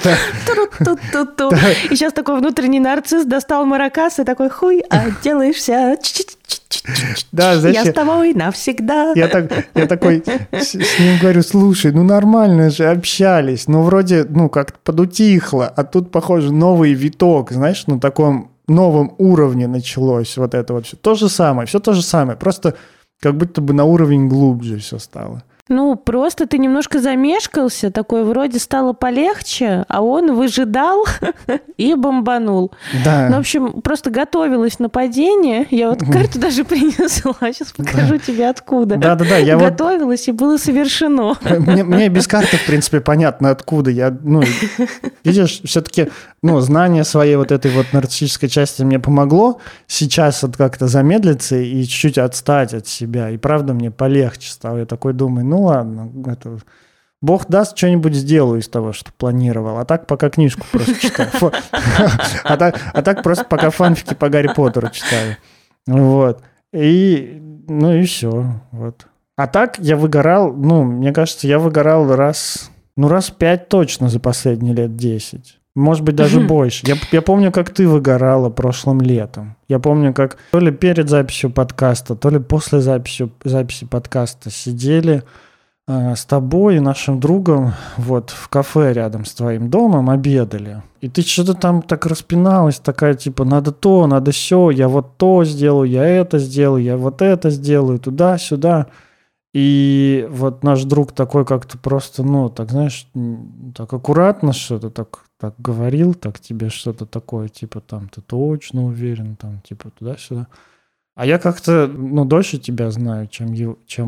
И сейчас такой внутренний нарцисс достал маракас и такой, хуй, отделаешься. Да, я с тобой навсегда. Я, так, я такой с, с ним говорю, слушай, ну нормально же общались, ну вроде, ну как-то подутихло, а тут, похоже, новый виток, знаешь, на таком новом уровне началось вот это вот все. То же самое, все то же самое, просто как будто бы на уровень глубже все стало. Ну, просто ты немножко замешкался, такой вроде стало полегче, а он выжидал и бомбанул. Да. Ну, в общем, просто готовилось нападение. Я вот карту даже принесла, сейчас покажу да. тебе откуда. Да-да-да. Я готовилась, вот... и было совершено. Мне, мне без карты, в принципе, понятно, откуда. Я, ну, видишь, все-таки ну, знание своей вот этой вот нарциссической части мне помогло сейчас вот как-то замедлиться и чуть-чуть отстать от себя. И правда мне полегче стало. Я такой думаю, ну, Ну ладно, это... Бог даст, что-нибудь сделаю из того, что планировал. А так пока книжку просто читаю. А так, а так просто пока фанфики по Гарри Поттеру читаю. Вот. И, ну и все. Вот. А так я выгорал, ну, мне кажется, я выгорал раз, ну, раз пять точно за последние лет десять. Может быть, даже больше. Я, я помню, как ты выгорала прошлым летом. Я помню, как то ли перед записью подкаста, то ли после записи, записи подкаста сидели э, с тобой и нашим другом вот в кафе рядом с твоим домом, обедали. И ты что-то там так распиналась, такая типа, надо то, надо сё, я вот то сделаю, я это сделаю, я вот это сделаю, туда-сюда. И вот наш друг такой как-то просто, ну, так, знаешь, так аккуратно что-то так, так говорил, так тебе что-то такое, типа, там, ты точно уверен, там, типа, туда-сюда. А я как-то, ну, дольше тебя знаю, чем, чем он.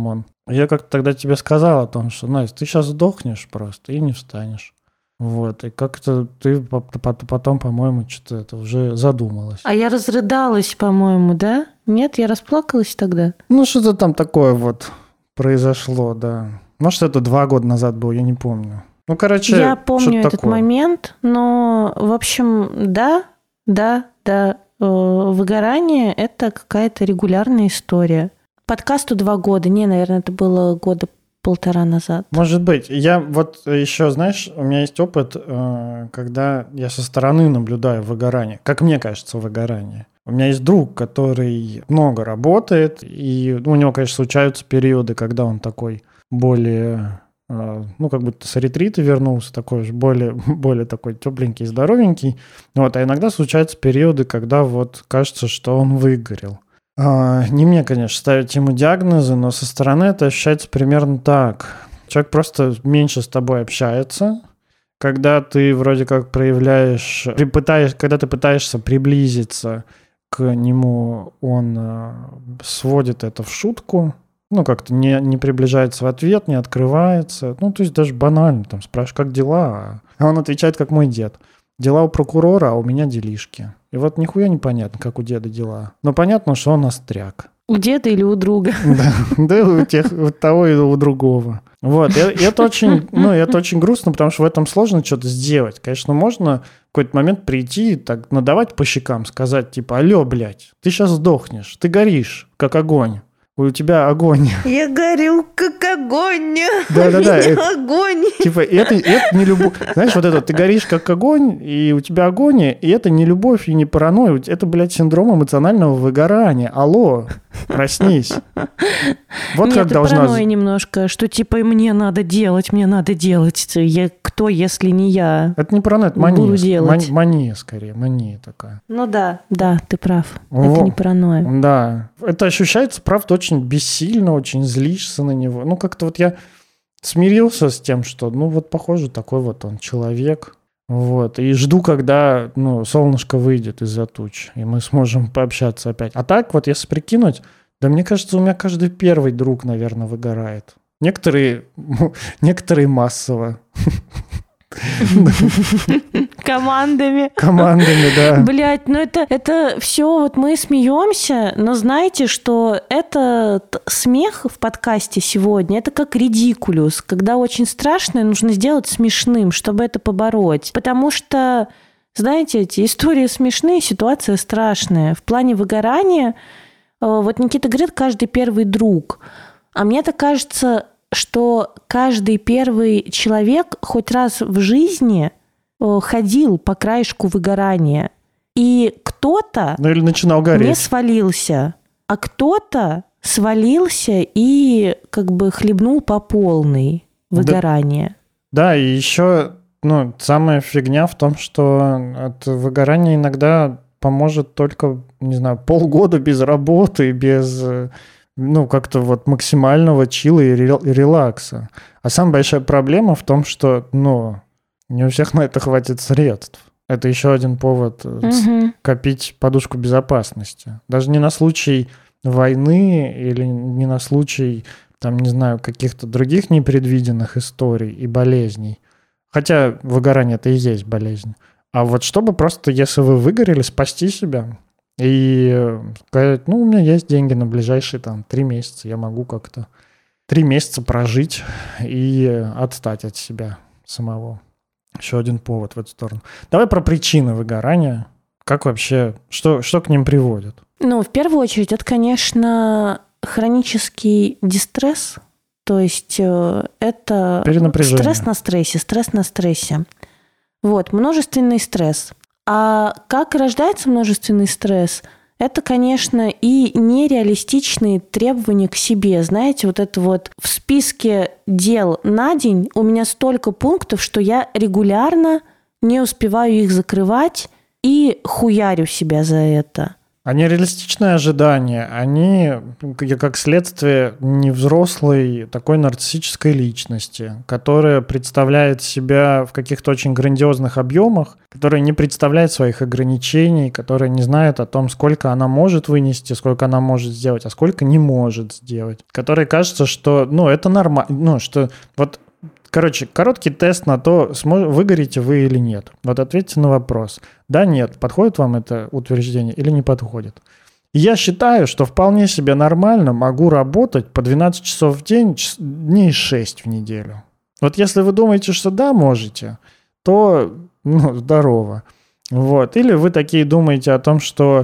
Я как-то тогда тебе сказал о том, что, Настя, ты сейчас сдохнешь просто и не встанешь. Вот, и как-то ты потом, по-моему, что-то это уже задумалась. А я разрыдалась, по-моему, да? Нет, я расплакалась тогда? Ну, что-то там такое вот произошло, да. Может, это два года назад было, я не помню. Ну, короче, я помню этот такое. момент, но, в общем, да, да, да, выгорание – это какая-то регулярная история. Подкасту два года, не, наверное, это было года полтора назад. Может быть. Я вот еще, знаешь, у меня есть опыт, когда я со стороны наблюдаю выгорание. Как мне кажется, выгорание. У меня есть друг, который много работает, и у него, конечно, случаются периоды, когда он такой более, ну, как будто с ретрита вернулся, такой же более, более такой тепленький, здоровенький. Вот, а иногда случаются периоды, когда вот кажется, что он выгорел. Не мне, конечно, ставить ему диагнозы, но со стороны это ощущается примерно так. Человек просто меньше с тобой общается, когда ты вроде как проявляешь, пытаешь, когда ты пытаешься приблизиться к нему, он сводит это в шутку, ну, как-то не, не приближается в ответ, не открывается. Ну, то есть даже банально, там, спрашиваешь, как дела? А он отвечает, как мой дед. Дела у прокурора, а у меня делишки. И вот нихуя непонятно, как у деда дела. Но понятно, что он остряк. У деда или у друга? Да, да, у тех, у того и у другого. Вот, и это очень, ну, это очень грустно, потому что в этом сложно что-то сделать. Конечно, можно в какой-то момент прийти, так, надавать по щекам, сказать, типа, алло, блядь, ты сейчас сдохнешь, ты горишь, как огонь. У тебя огонь. Я горю, как огонь. Да, да, да. Это, огонь. Типа, это, это не любовь. Знаешь, вот это, ты горишь как огонь, и у тебя агония, и это не любовь и не паранойя. Это, блядь, синдром эмоционального выгорания. Алло, проснись. Вот Нет, как это должна... паранойя немножко, что типа мне надо делать, мне надо делать. Я, кто, если не я? Это не паранойя, это мания. Буду делать. Мания, скорее, мания такая. Ну да, да, ты прав. Во. Это не паранойя. Да. Это ощущается, правда, очень бессильно, очень злишься на него. Ну, как-то вот я смирился с тем, что, ну, вот, похоже, такой вот он человек. Вот. И жду, когда, ну, солнышко выйдет из-за туч, и мы сможем пообщаться опять. А так вот, если прикинуть, да мне кажется, у меня каждый первый друг, наверное, выгорает. Некоторые, некоторые массово. Командами. Командами, да. Блять, ну это, это все, вот мы смеемся, но знаете, что этот смех в подкасте сегодня, это как редикулюс, когда очень страшное нужно сделать смешным, чтобы это побороть. Потому что, знаете, эти истории смешные, ситуация страшная. В плане выгорания, вот Никита говорит, каждый первый друг. А мне так кажется, что каждый первый человек хоть раз в жизни ходил по краешку выгорания. И кто-то ну, или начинал гореть. Не свалился, а кто-то свалился и как бы хлебнул по полной выгорание. Да, да, и еще, ну, самая фигня в том, что от выгорания иногда поможет только, не знаю, полгода без работы, без... ну, как-то вот максимального чила и релакса. А самая большая проблема в том, что, ну, не у всех на это хватит средств. Это еще один повод угу. копить подушку безопасности. Даже не на случай войны или не на случай, там, не знаю, каких-то других непредвиденных историй и болезней. Хотя выгорание это и есть болезнь. А вот чтобы просто, если вы выгорели, спасти себя и сказать, ну, у меня есть деньги на ближайшие там три месяца, я могу как-то три месяца прожить и отстать от себя самого. Еще один повод в эту сторону. Давай про причины выгорания. Как вообще, что, что к ним приводит? Ну, в первую очередь, это, конечно, хронический дистресс. То есть это стресс на стрессе, стресс на стрессе. Вот, множественный стресс. А как рождается множественный стресс? Это, конечно, и нереалистичные требования к себе. Знаете, вот это вот в списке дел на день у меня столько пунктов, что я регулярно не успеваю их закрывать и хуярю себя за это. А нереалистичные ожидания, они как следствие невзрослой такой нарциссической личности, которая представляет себя в каких-то очень грандиозных объемах, которая не представляет своих ограничений, которая не знает о том, сколько она может вынести, сколько она может сделать, а сколько не может сделать. Которой кажется, что, ну, это нормально, ну, что вот... Короче, короткий тест на то, выгорите вы или нет. Вот ответьте на вопрос. Да, нет, подходит вам это утверждение или не подходит. И я считаю, что вполне себе нормально могу работать по двенадцать часов в день, дней шесть в неделю. Вот если вы думаете, что да, можете, то ну, здорово. Вот. Или вы такие думаете о том, что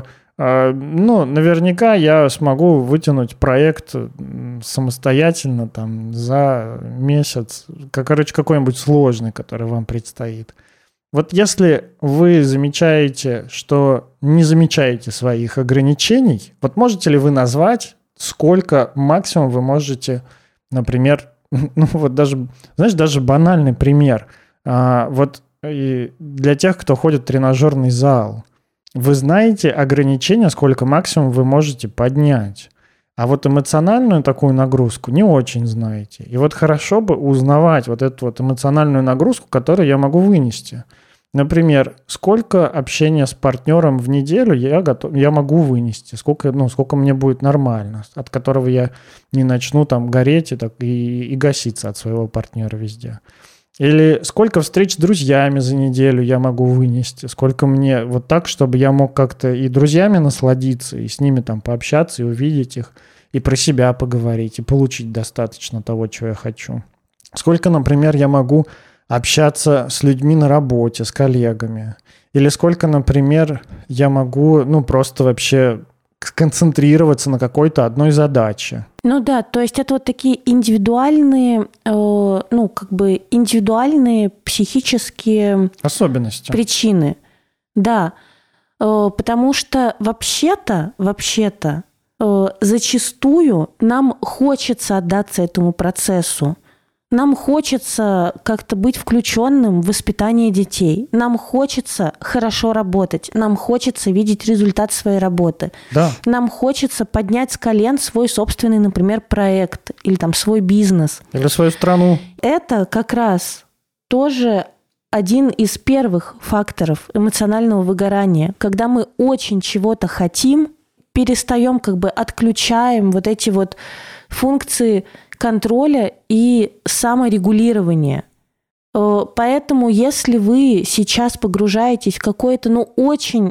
ну, наверняка я смогу вытянуть проект самостоятельно там, за месяц. Короче, какой-нибудь сложный, который вам предстоит. Вот если вы замечаете, что не замечаете своих ограничений, вот можете ли вы назвать, сколько максимум вы можете, например, ну вот даже, знаешь, даже банальный пример. А, вот и для тех, кто ходит в тренажерный зал, вы знаете ограничения, сколько максимум вы можете поднять. А вот эмоциональную такую нагрузку не очень знаете. И вот хорошо бы узнавать вот эту вот эмоциональную нагрузку, которую я могу вынести. Например, сколько общения с партнером в неделю я, готов, я могу вынести, сколько, ну, сколько мне будет нормально, от которого я не начну там гореть и, так, и, и гаситься от своего партнера везде. Или сколько встреч с друзьями за неделю я могу вынести, сколько мне вот так, чтобы я мог как-то и друзьями насладиться, и с ними там пообщаться, и увидеть их, и про себя поговорить, и получить достаточно того, чего я хочу. Сколько, например, я могу общаться с людьми на работе, с коллегами. Или сколько, например, я могу, ну, просто вообще сконцентрироваться на какой-то одной задаче. Ну да, то есть это вот такие индивидуальные, э, ну, как бы индивидуальные психические особенности, причины. Да, э, потому что вообще-то, вообще-то, э, зачастую нам хочется отдаться этому процессу. Нам хочется как-то быть включенным в воспитание детей. Нам хочется хорошо работать. Нам хочется видеть результат своей работы. Да. Нам хочется поднять с колен свой собственный, например, проект или там свой бизнес. Или свою страну. Это как раз тоже один из первых факторов эмоционального выгорания. Когда мы очень чего-то хотим, перестаем, как бы отключаем вот эти вот функции контроля и саморегулирования. Поэтому, если вы сейчас погружаетесь в какое-то, ну, очень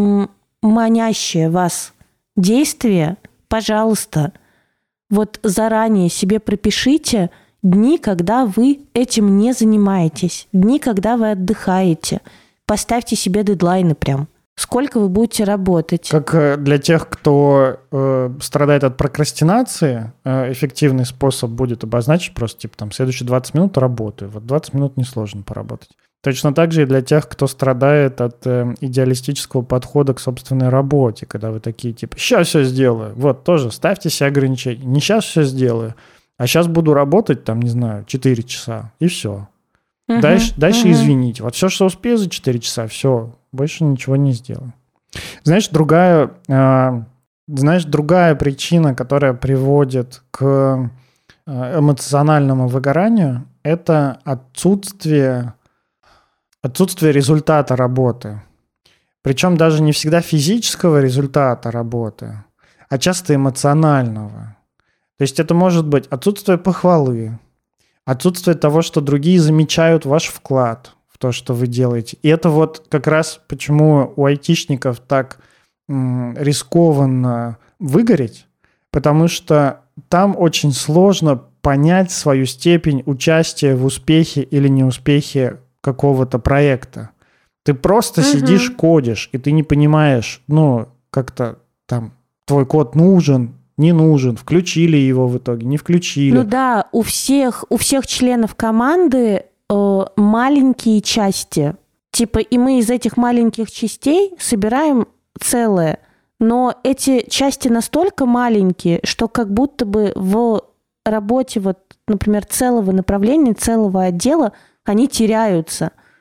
манящее вас действие, пожалуйста, вот заранее себе пропишите дни, когда вы этим не занимаетесь, дни, когда вы отдыхаете. Поставьте себе дедлайны прям. Сколько вы будете работать? Как для тех, кто э, страдает от прокрастинации, э, эффективный способ будет обозначить просто, типа, там, следующие двадцать минут работаю. Вот двадцать минут несложно поработать. Точно так же и для тех, кто страдает от э, идеалистического подхода к собственной работе, когда вы такие, типа, сейчас все сделаю. Вот, тоже ставьте себе ограничения. Не сейчас все сделаю, а сейчас буду работать, там, не знаю, четыре часа, и все. Uh-huh, дальше дальше uh-huh. извините. Вот все, что успею за четыре часа, все, больше ничего не сделаю. Знаешь, другая, э, знаешь, другая причина, которая приводит к эмоциональному выгоранию, это отсутствие, отсутствие результата работы. Причем даже не всегда физического результата работы, а часто эмоционального. То есть это может быть отсутствие похвалы, отсутствие того, что другие замечают ваш вклад в то, что вы делаете. И это вот как раз почему у айтишников так м, рискованно выгореть, потому что там очень сложно понять свою степень участия в успехе или неуспехе какого-то проекта. Ты просто угу. сидишь, кодишь, и ты не понимаешь, ну, как-то там твой код нужен, не нужен, включили его в итоге, не включили. Ну да, у всех, у всех членов команды э, маленькие части. Типа, и мы из этих маленьких частей собираем целое. Но эти части настолько маленькие, что как будто бы в работе, вот, например, целого направления, целого отдела, они теряются.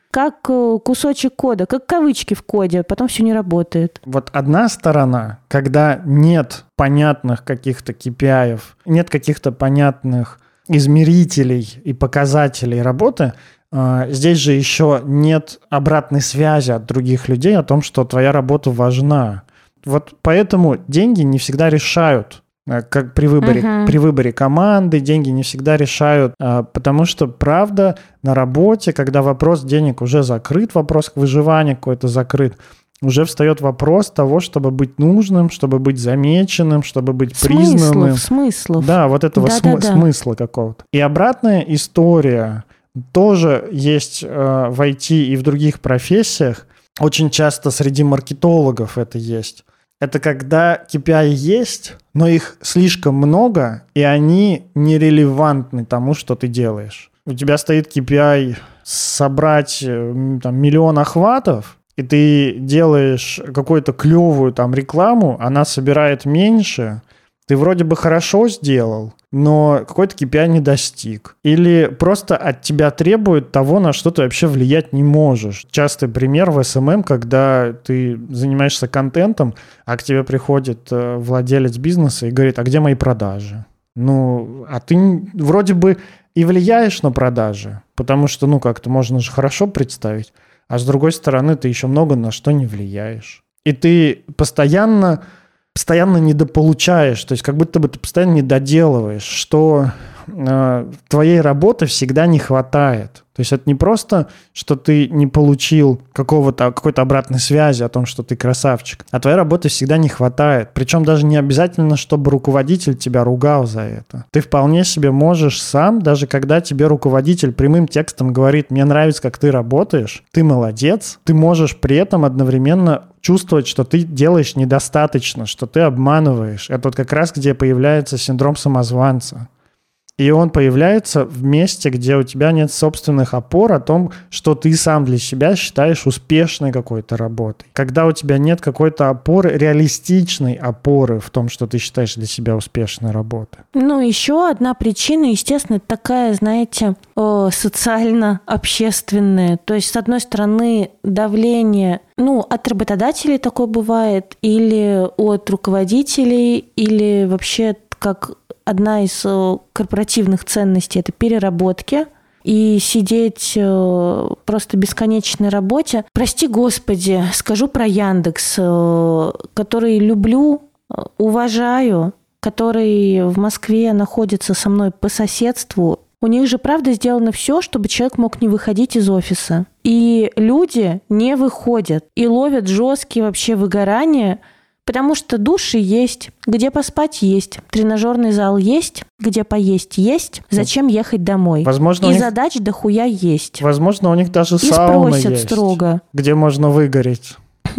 как кусочек кода, как кавычки в коде, потом все не работает. Вот одна сторона, когда нет понятных каких-то кей пи ай, нет каких-то понятных измерителей и показателей работы, здесь же еще нет обратной связи от других людей о том, что твоя работа важна. Вот поэтому деньги не всегда решают, как при выборе, uh-huh. при выборе команды, деньги не всегда решают, потому что, правда, на работе, когда вопрос денег уже закрыт, вопрос выживания какой-то закрыт, уже встает вопрос того, чтобы быть нужным, чтобы быть замеченным, чтобы быть смыслов, признанным. Смыслов. Да, вот этого да, см- да, да. смысла какого-то. И обратная история тоже есть э, в ай ти и в других профессиях. Очень часто среди маркетологов это есть. Это когда кей пи ай есть, но их слишком много, и они нерелевантны тому, что ты делаешь. У тебя стоит кей пи ай собрать там, миллион охватов, и ты делаешь какую-то клевую там рекламу, она собирает меньше, ты вроде бы хорошо сделал, но какой-то кей пи ай не достиг. Или просто от тебя требуют того, на что ты вообще влиять не можешь. Частый пример в эс эм эм, когда ты занимаешься контентом, а к тебе приходит владелец бизнеса и говорит, а где мои продажи? Ну, а ты вроде бы и влияешь на продажи, потому что, ну, как-то можно же хорошо представить, а с другой стороны, ты еще много на что не влияешь. И ты постоянно... постоянно недополучаешь, то есть как будто бы ты постоянно недоделываешь, что э, твоей работы всегда не хватает. То есть это не просто, что ты не получил какого-то, какой-то обратной связи о том, что ты красавчик, а твоей работы всегда не хватает. Причем даже не обязательно, чтобы руководитель тебя ругал за это. Ты вполне себе можешь сам, даже когда тебе руководитель прямым текстом говорит, мне нравится, как ты работаешь, ты молодец, ты можешь при этом одновременно чувствовать, что ты делаешь недостаточно, что ты обманываешь. Это вот как раз где появляется синдром самозванца. И он появляется в месте, где у тебя нет собственных опор о том, что ты сам для себя считаешь успешной какой-то работой. Когда у тебя нет какой-то опоры, реалистичной опоры в том, что ты считаешь для себя успешной работой. Ну, еще одна причина, естественно, такая, знаете, социально-общественная. То есть, с одной стороны, давление, ну, от работодателей такое бывает, или от руководителей, или вообще как... Одна из корпоративных ценностей – это переработки. И сидеть просто в бесконечной работе. Прости, Господи, скажу про Яндекс, который люблю, уважаю, который в Москве находится со мной по соседству. У них же, правда, сделано все, чтобы человек мог не выходить из офиса. И люди не выходят и ловят жесткие вообще выгорания, потому что души есть, где поспать есть, тренажерный зал есть, где поесть есть. Зачем ехать домой? Возможно, и них... задач дохуя есть. Возможно, у них даже и сауна есть, строго. Где можно выгореть.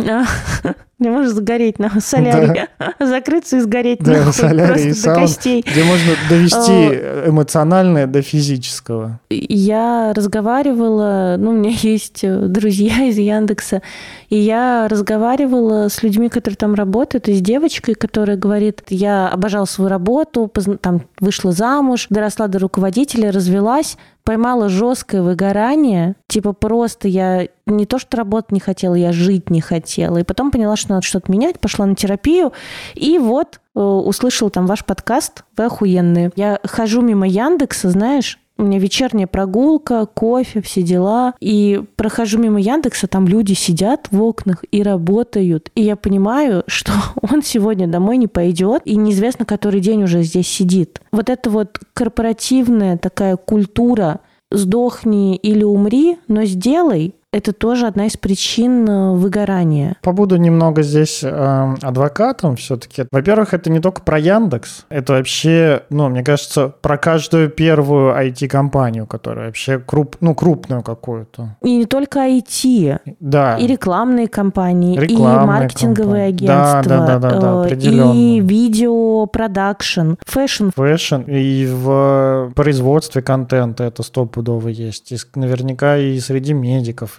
Где можно сгореть на соляре, да. Закрыться и сгореть да, нахуй, солярий и просто саун, до костей. Где можно довести эмоциональное до физического. Я разговаривала, ну, у меня есть друзья из Яндекса, и я разговаривала с людьми, которые там работают, и с девочкой, которая говорит, я обожала свою работу, там вышла замуж, доросла до руководителя, развелась, поймала жесткое выгорание, типа просто я не то что работать не хотела, я жить не хотела. И потом поняла, что надо что-то менять, пошла на терапию, и вот э, услышала там ваш подкаст, вы охуенные. Я хожу мимо Яндекса, знаешь, у меня вечерняя прогулка, кофе, все дела. И прохожу мимо Яндекса, там люди сидят в окнах и работают. И я понимаю, что он сегодня домой не пойдет, и неизвестно, который день уже здесь сидит. Вот эта вот корпоративная такая культура «сдохни или умри, но сделай», это тоже одна из причин выгорания. Побуду немного здесь э, адвокатом все-таки. Во-первых, это не только про Яндекс, это вообще, ну, мне кажется, про каждую первую ай ти-компанию, которая вообще круп, ну, крупную какую-то. И не только ай ти, да. И рекламные компании, рекламные и маркетинговые компании. агентства, да, да, да, да, да, определенно. И видеопродакшн, фэшн. Фэшн, и в производстве контента это стопудово есть. И наверняка и среди медиков, и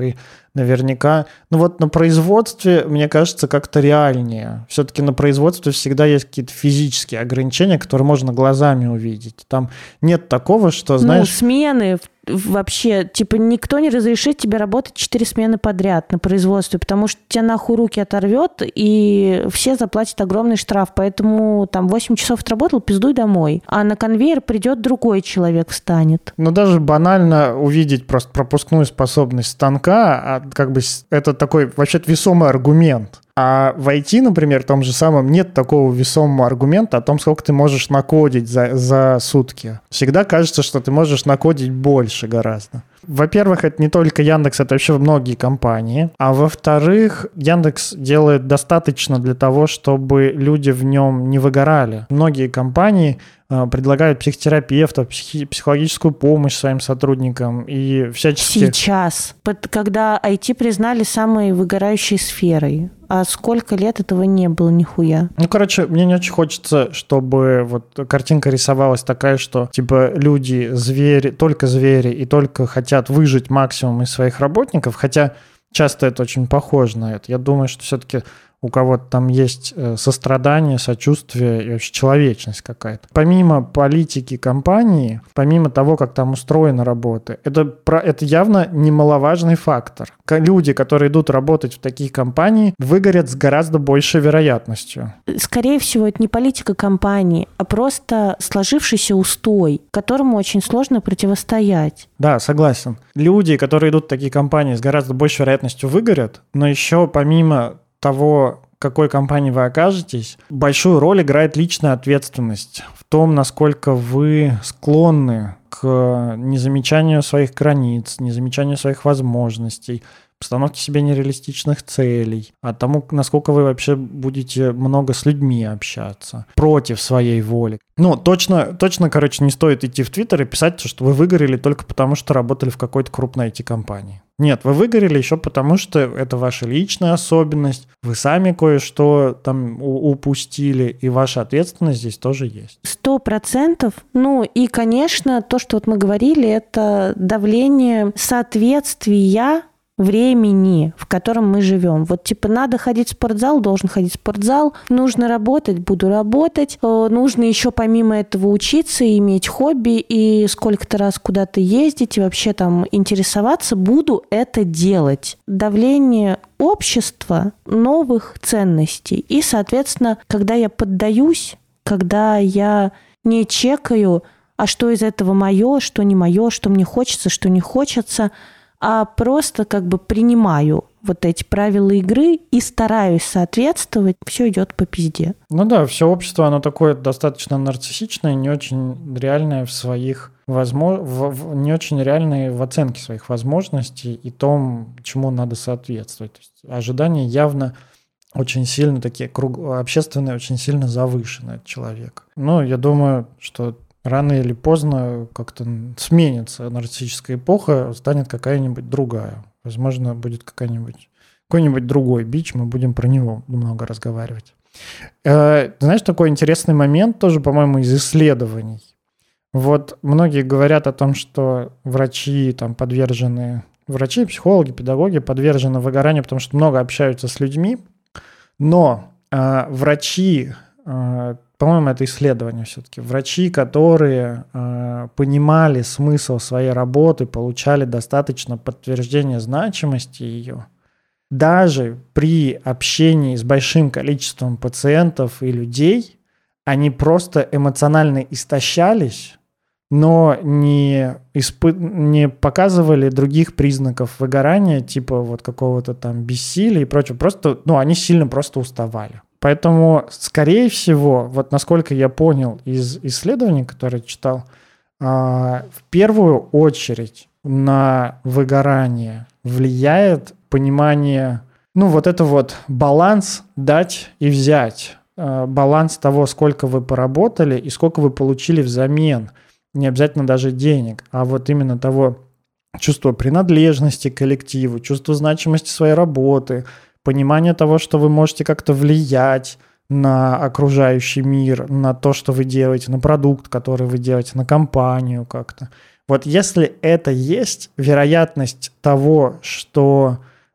наверняка... Ну вот на производстве, мне кажется, как-то реальнее. Все-таки на производстве всегда есть какие-то физические ограничения, которые можно глазами увидеть. Там нет такого, что, знаешь... Ну, смены вообще, типа, никто не разрешит тебе работать четыре смены подряд на производстве, потому что тебя нахуй руки оторвет, и все заплатят огромный штраф. Поэтому там восемь часов отработал, пиздуй домой. А на конвейер придет другой человек, встанет. Ну, даже банально увидеть просто пропускную способность станка, а как бы это такой вообще-то весомый аргумент. А в ай ти, например, в том же самом нет такого весомого аргумента о том, сколько ты можешь накодить за, за сутки. Всегда кажется, что ты можешь накодить больше гораздо. Во-первых, это не только Яндекс, это вообще многие компании. А во-вторых, Яндекс делает достаточно для того, чтобы люди в нем не выгорали. Многие компании э, предлагают психотерапевтов, психи- психологическую помощь своим сотрудникам и всячески... Сейчас, когда ай ти признали самой выгорающей сферой. А сколько лет этого не было нихуя? Ну, короче, мне не очень хочется, чтобы вот картинка рисовалась такая, что типа люди, звери, только звери и только хотят выжить максимум из своих работников, хотя часто это очень похоже на это. Я думаю, что все-таки у кого-то там есть сострадание, сочувствие и вообще человечность какая-то. Помимо политики компании, помимо того, как там устроена работа, это, это явно немаловажный фактор. Люди, которые идут работать в такие компании, выгорят с гораздо большей вероятностью. Скорее всего, это не политика компании, а просто сложившийся устой, которому очень сложно противостоять. Да, согласен. Люди, которые идут в такие компании, с гораздо большей вероятностью выгорят, но еще помимо того, какой компании вы окажетесь, большую роль играет личная ответственность в том, насколько вы склонны к незамечанию своих границ, незамечанию своих возможностей, постановке себе нереалистичных целей, а тому, насколько вы вообще будете много с людьми общаться против своей воли. Ну, точно, точно, короче, не стоит идти в Твиттер и писать, что вы выгорели только потому, что работали в какой-то крупной ай ти-компании. Нет, вы выгорели еще потому, что это ваша личная особенность, вы сами кое-что там упустили, и ваша ответственность здесь тоже есть. Сто процентов. Ну и, конечно, то, что вот мы говорили, это давление соответствия времени, в котором мы живем. Вот типа надо ходить в спортзал, должен ходить в спортзал, нужно работать, буду работать, нужно еще помимо этого учиться, иметь хобби и сколько-то раз куда-то ездить и вообще там интересоваться, буду это делать. Давление общества, новых ценностей. И, соответственно, когда я поддаюсь, когда я не чекаю, а что из этого мое, что не мое, что мне хочется, что не хочется, а просто как бы принимаю вот эти правила игры и стараюсь соответствовать, все идет по пизде. Ну да, все общество, оно такое достаточно нарциссичное, не очень реальное в своих возможностях, не очень реальное в оценке своих возможностей и том, чему надо соответствовать. То есть ожидания явно очень сильно такие, круг... общественные, очень сильно завышены от человека. Ну, я думаю, что рано или поздно как-то сменится нарциссическая эпоха, станет какая-нибудь другая. Возможно, будет какая-нибудь, какой-нибудь другой бич, мы будем про него много разговаривать. Э, знаешь, такой интересный момент тоже, по-моему, из исследований. Вот многие говорят о том, что врачи там подвержены, врачи, психологи, педагоги подвержены выгоранию, потому что много общаются с людьми, но э, врачи... Э, По-моему, это исследование все-таки. Врачи, которые э, понимали смысл своей работы, получали достаточно подтверждения значимости ее, даже при общении с большим количеством пациентов и людей, они просто эмоционально истощались, но не, испы... не показывали других признаков выгорания, типа вот какого-то там бессилия и прочего. Просто, ну, они сильно просто уставали. Поэтому, скорее всего, вот насколько я понял из исследований, которые читал, в первую очередь на выгорание влияет понимание, ну, вот это вот баланс дать и взять, баланс того, сколько вы поработали и сколько вы получили взамен, не обязательно даже денег, а вот именно того чувства принадлежности к коллективу, чувства значимости своей работы, понимание того, что вы можете как-то влиять на окружающий мир, на то, что вы делаете, на продукт, который вы делаете, на компанию как-то. Вот если это есть, вероятность того, что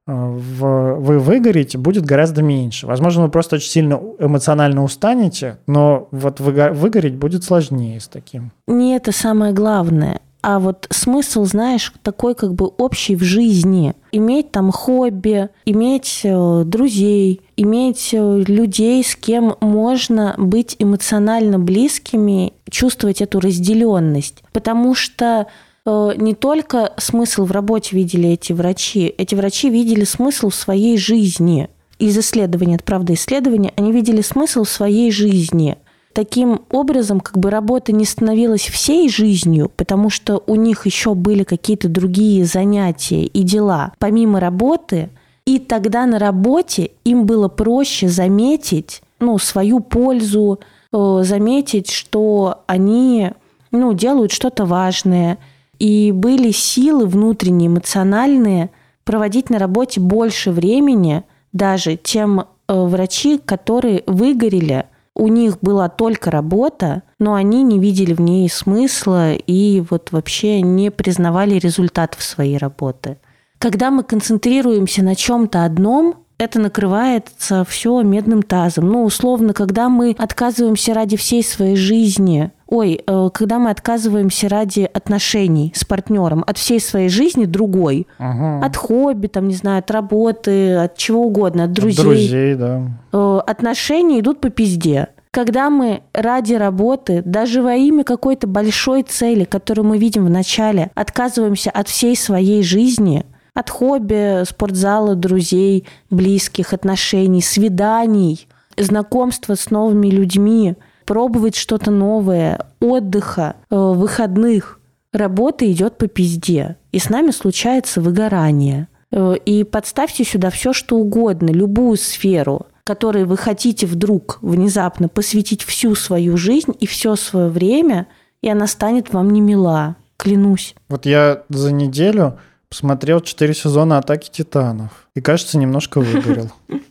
вы выгорите, будет гораздо меньше. Возможно, вы просто очень сильно эмоционально устанете, но вот выгореть будет сложнее с таким. Не это самое главное. А вот смысл, знаешь, такой как бы общий в жизни. Иметь там хобби, иметь э, друзей, иметь э, людей, с кем можно быть эмоционально близкими, чувствовать эту разделенность. Потому что э, не только смысл в работе видели эти врачи, эти врачи видели смысл в своей жизни. Из исследований, это правда исследования, они видели смысл в своей жизни. Таким образом, как бы работа не становилась всей жизнью, потому что у них еще были какие-то другие занятия и дела помимо работы, и тогда на работе им было проще заметить, ну, свою пользу, заметить, что они, ну, делают что-то важное, и были силы внутренние, эмоциональные проводить на работе больше времени даже, чем врачи, которые выгорели. У них была только работа, но они не видели в ней смысла и вот вообще не признавали результатов своей работы. Когда мы концентрируемся на чем-то одном, это накрывается все медным тазом. Ну, условно, когда мы отказываемся ради всей своей жизни, ой, когда мы отказываемся ради отношений с партнером от всей своей жизни другой, ага. От хобби, там, не знаю, от работы, от чего угодно, от друзей. От друзей, да. Отношения идут по пизде. Когда мы ради работы, даже во имя какой-то большой цели, которую мы видим в начале, отказываемся от всей своей жизни, от хобби, спортзала, друзей, близких, отношений, свиданий, знакомства с новыми людьми, пробовать что-то новое, отдыха, выходных. Работа идет по пизде, и с нами случается выгорание. И подставьте сюда все, что угодно, любую сферу, которой вы хотите вдруг внезапно посвятить всю свою жизнь и все свое время, и она станет вам не мила, клянусь. Вот я за неделю посмотрел четыре сезона «Атаки Титанов» и, кажется, немножко выгорел.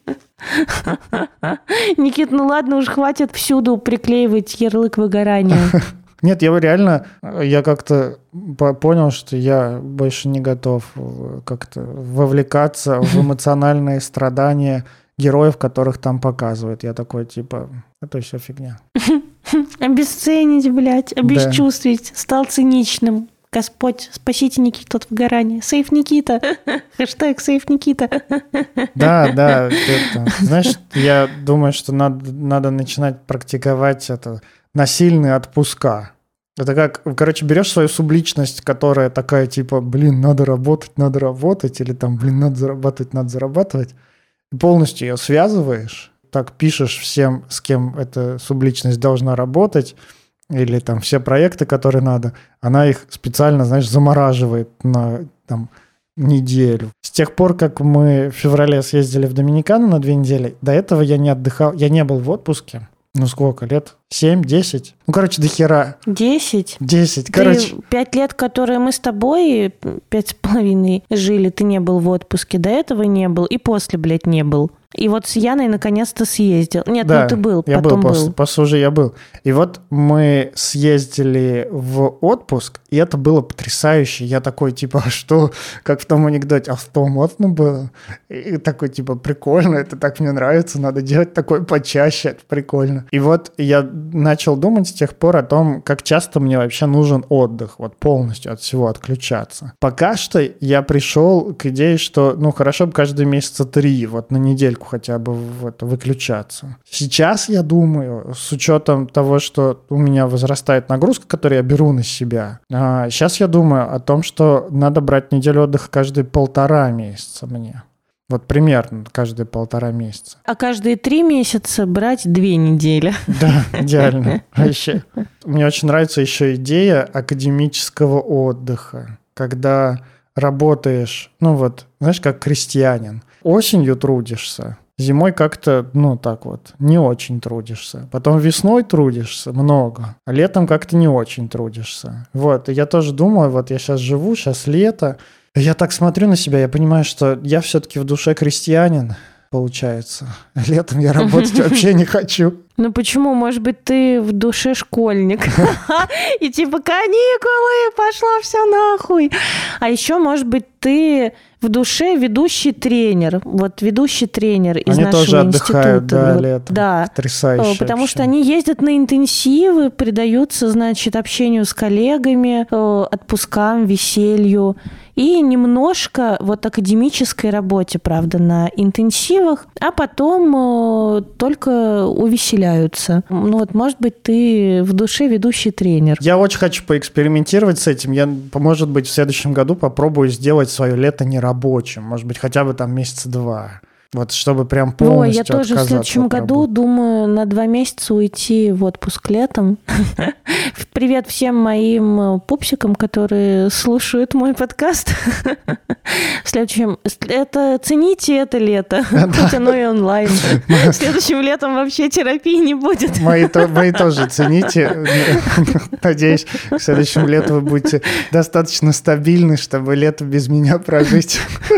Никит, ну ладно, уж хватит всюду приклеивать ярлык выгорания. Нет, я реально, я как-то понял, что я больше не готов как-то вовлекаться в эмоциональные страдания героев, которых там показывают. Я такой, типа, это все фигня. Обесценить, блядь, обесчувствить, да. Стал циничным. Господь, спасите Никиту от выгорания. Сейф Никита. Хэштег Сейф Никита. Да, да. Это, знаешь, я думаю, что надо, надо начинать практиковать это насильные отпуска. Это как, короче, берешь свою субличность, которая такая, типа, блин, надо работать, надо работать, или там, блин, надо зарабатывать, надо зарабатывать, и полностью ее связываешь, так пишешь всем, с кем эта субличность должна работать, или там все проекты, которые надо, она их специально, знаешь, замораживает на там неделю. С тех пор, как мы в феврале съездили в Доминикану на две недели, до этого я не отдыхал, я не был в отпуске. Ну, сколько лет? Семь, десять? Ну, короче, до хера. Десять? Десять, короче. Пять лет, которые мы с тобой, пять с половиной жили, ты не был в отпуске. До этого не был. И после, блядь, не был. И вот с Яной наконец-то съездил. Нет, да, ну ты был, я потом был. был. После, после уже я был. И вот мы съездили в отпуск, и это было потрясающе. Я такой, типа, а что? Как в том анекдоте, а что, модно было? И такой, типа, прикольно, это так мне нравится, надо делать такое почаще, это прикольно. И вот я начал думать с тех пор о том, как часто мне вообще нужен отдых, вот полностью от всего отключаться. Пока что я пришел к идее, что, ну, хорошо бы каждые месяца три, вот на недельку хотя бы вот, выключаться. Сейчас я думаю, с учетом того, что у меня возрастает нагрузка, которую я беру на себя, а, сейчас я думаю о том, что надо брать неделю отдыха каждые полтора месяца мне. Вот примерно каждые полтора месяца. А каждые три месяца брать две недели. Да, идеально. Вообще. Мне очень нравится еще идея академического отдыха, когда работаешь, ну вот, знаешь, как крестьянин. Осенью трудишься, зимой как-то, ну так вот, не очень трудишься. Потом весной трудишься много, а летом как-то не очень трудишься. Вот, и я тоже думаю, вот я сейчас живу, сейчас лето, я так смотрю на себя, я понимаю, что я все-таки в душе крестьянин, получается. Летом я работать вообще не хочу. Ну почему? Может быть, ты в душе школьник. И типа каникулы, пошла все нахуй. А еще, может быть, ты в душе ведущий тренер. Вот ведущий тренер из они нашего тоже института. Отдыхают, да, летом. Да. Потрясающе. Потому вообще. что они ездят на интенсивы, предаются, значит, общению с коллегами, отпускам, веселью. И немножко вот академической работе, правда, на интенсивах, а потом э, только увеселяются. Ну вот, может быть, ты в душе ведущий тренер. Я очень хочу поэкспериментировать с этим. Я, может быть, в следующем году попробую сделать свое лето нерабочим. Может быть, хотя бы там месяца два. Вот, чтобы прям полностью Ой, я тоже в следующем году работы. думаю на два месяца уйти в отпуск летом. Привет всем моим пупсикам, которые слушают мой подкаст. В следующем... Это, цените это лето, хоть оно и онлайн. Следующим летом вообще терапии не будет. Мои, то, мои тоже цените. Надеюсь, к следующему лету вы будете достаточно стабильны, чтобы лето без меня прожить.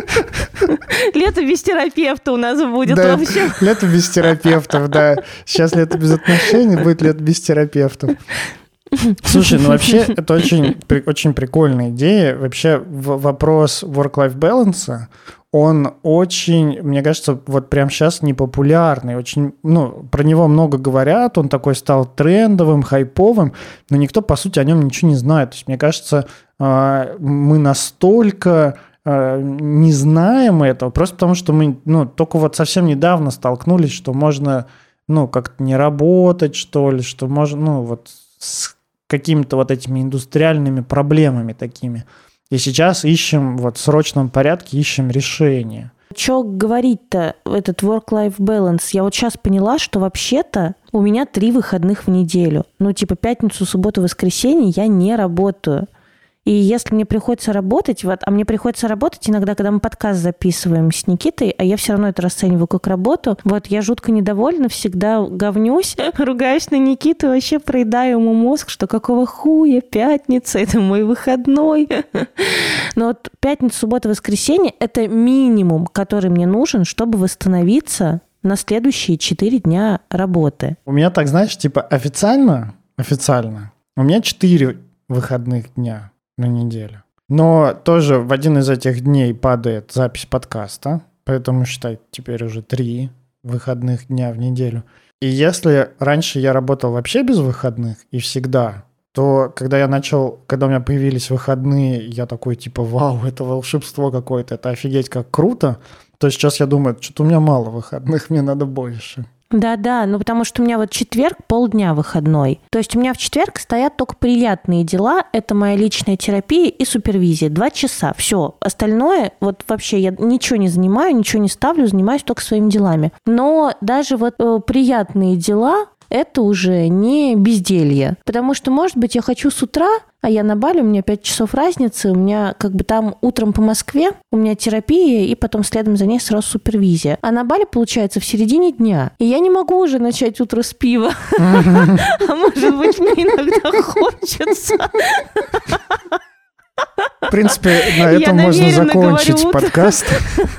Лето без терапевта у нас будет, да, в общем. Лето без терапевтов, да. Сейчас лето без отношений, будет лето без терапевтов. Слушай, ну вообще это очень, очень прикольная идея. Вообще вопрос work-life balance, он очень, мне кажется, вот прямо сейчас непопулярный. Очень, ну, про него много говорят, он такой стал трендовым, хайповым, но никто, по сути, о нем ничего не знает. То есть, мне кажется, мы настолько... не знаем этого, просто потому что мы, ну, только вот совсем недавно столкнулись, что можно, ну, как-то не работать, что ли, что можно, ну, вот с какими-то вот этими индустриальными проблемами такими. И сейчас ищем, вот в срочном порядке ищем решение. Чё говорить-то, этот work-life balance? Я вот сейчас поняла, что вообще-то у меня три выходных в неделю. Ну, типа пятницу, субботу, воскресенье я не работаю. И если мне приходится работать, вот, а мне приходится работать иногда, когда мы подкаст записываем с Никитой, а я все равно это расцениваю как работу, вот, я жутко недовольна, всегда говнюсь, ругаюсь на Никиту, вообще проедаю ему мозг, что какого хуя, пятница, это мой выходной. Но вот пятница, суббота, воскресенье – это минимум, который мне нужен, чтобы восстановиться на следующие четыре дня работы. У меня так, знаешь, типа официально, официально, у меня четыре выходных дня на неделю. Но тоже в один из этих дней падает запись подкаста, поэтому считай, теперь уже три выходных дня в неделю. И если раньше я работал вообще без выходных и всегда, то когда я начал, когда у меня появились выходные, я такой типа, вау, это волшебство какое-то, это офигеть как круто, то сейчас я думаю, что-то у меня мало выходных, мне надо больше. Да-да, ну потому что у меня вот четверг полдня выходной. То есть у меня в четверг стоят только приятные дела. Это моя личная терапия и супервизия. Два часа, все. Остальное, вот вообще я ничего не занимаю, ничего не ставлю, занимаюсь только своими делами. Но даже вот э, приятные дела... это уже не безделье. Потому что, может быть, я хочу с утра, а я на Бали, у меня пять часов разницы, у меня как бы там утром по Москве, у меня терапия, и потом следом за ней сразу супервизия. А на Бали, получается, в середине дня. И я не могу уже начать утро с пива. А может быть, мне иногда хочется. В принципе, на этом можно закончить подкаст.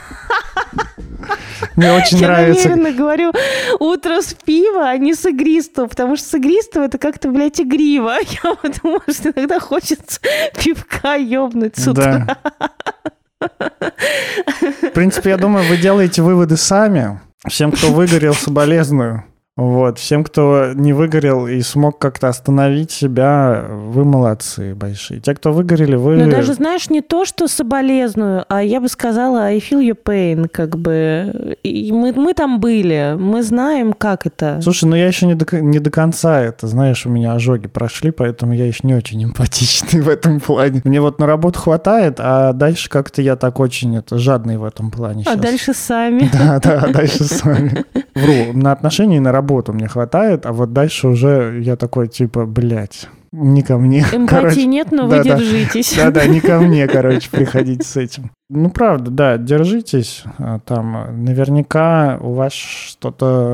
Мне очень я нравится. Я намеренно говорю утро с пива, а не с игристого, потому что с игристого это как-то, блядь, игриво. Я вот думаю, что иногда хочется пивка ёбнуть с утра. Да. В принципе, я думаю, вы делаете выводы сами. Всем, кто выгорел, соболезную. Вот. Всем, кто не выгорел и смог как-то остановить себя, вы молодцы большие. Те, кто выгорели, вы... Ну, даже, знаешь, не то, что соболезную, а я бы сказала I feel your pain, как бы. И мы, мы там были, мы знаем, как это. Слушай, ну я еще не до, не до конца это, знаешь, у меня ожоги прошли, поэтому я еще не очень эмпатичный в этом плане. Мне вот на работу хватает, а дальше как-то я так очень это, жадный в этом плане сейчас. А дальше сами. Да, да, дальше сами. Вру, на отношения и на работу. Работу мне хватает, а вот дальше уже я такой, типа, блядь, не ко мне. Эмпатии короче, нет, но да, вы да, держитесь. Да-да, не ко мне, короче, приходите с этим. Ну, правда, да, держитесь. Там наверняка у вас что-то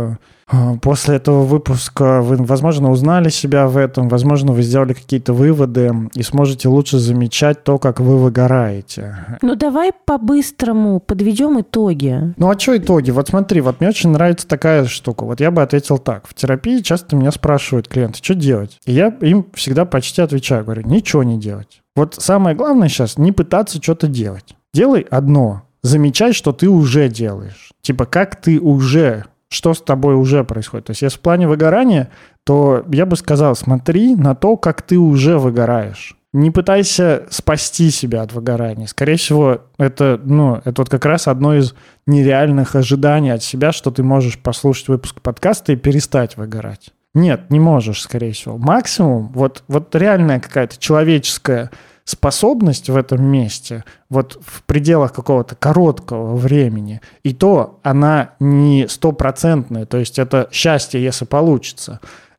После этого выпуска вы, возможно, узнали себя в этом, возможно, вы сделали какие-то выводы и сможете лучше замечать то, как вы выгораете. Ну, давай по-быстрому подведем итоги. Ну, а что итоги? Вот смотри, вот мне очень нравится такая штука. Вот я бы ответил так. В терапии часто меня спрашивают клиенты, что делать? И я им всегда почти отвечаю, говорю, ничего не делать. Вот самое главное сейчас не пытаться что-то делать. Делай одно. Замечай, что ты уже делаешь. Типа, как ты уже... что с тобой уже происходит. То есть если в плане выгорания, то я бы сказал, смотри на то, как ты уже выгораешь. Не пытайся спасти себя от выгорания. Скорее всего, это, ну, это вот как раз одно из нереальных ожиданий от себя, что ты можешь послушать выпуск подкаста и перестать выгорать. Нет, не можешь, скорее всего. Максимум, вот, вот реальная какая-то человеческая способность в этом месте, вот в пределах какого-то короткого времени, и то она не стопроцентная, то есть это счастье, если получится,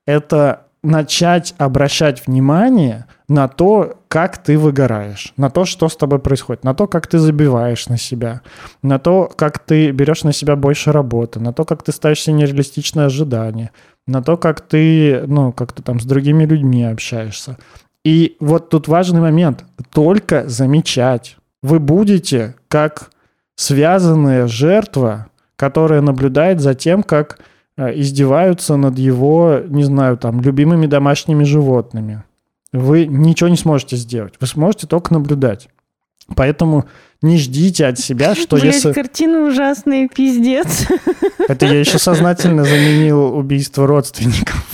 это начать обращать внимание на то, как ты выгораешь, на то, что с тобой происходит, на то, как ты забиваешь на себя, на то, как ты берешь на себя больше работы, на то, как ты ставишь себе нереалистичные ожидания, на то, как ты, ну, как ты там с другими людьми общаешься. И вот тут важный момент. Только замечать. Вы будете как связанная жертва, которая наблюдает за тем, как издеваются над его, не знаю, там, любимыми домашними животными. Вы ничего не сможете сделать. Вы сможете только наблюдать. Поэтому не ждите от себя, что Блядь, если... картина ужасная, пиздец. Это я еще сознательно заменил убийство родственников.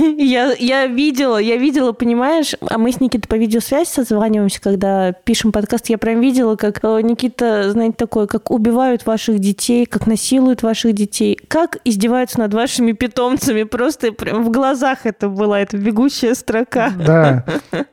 Я, я видела, я видела, понимаешь, а мы с Никитой по видеосвязи созваниваемся, когда пишем подкаст, я прям видела, как Никита, знаете, такое, как убивают ваших детей, как насилуют ваших детей, как издеваются над вашими питомцами, просто прям в глазах это была, эта бегущая строка. Да.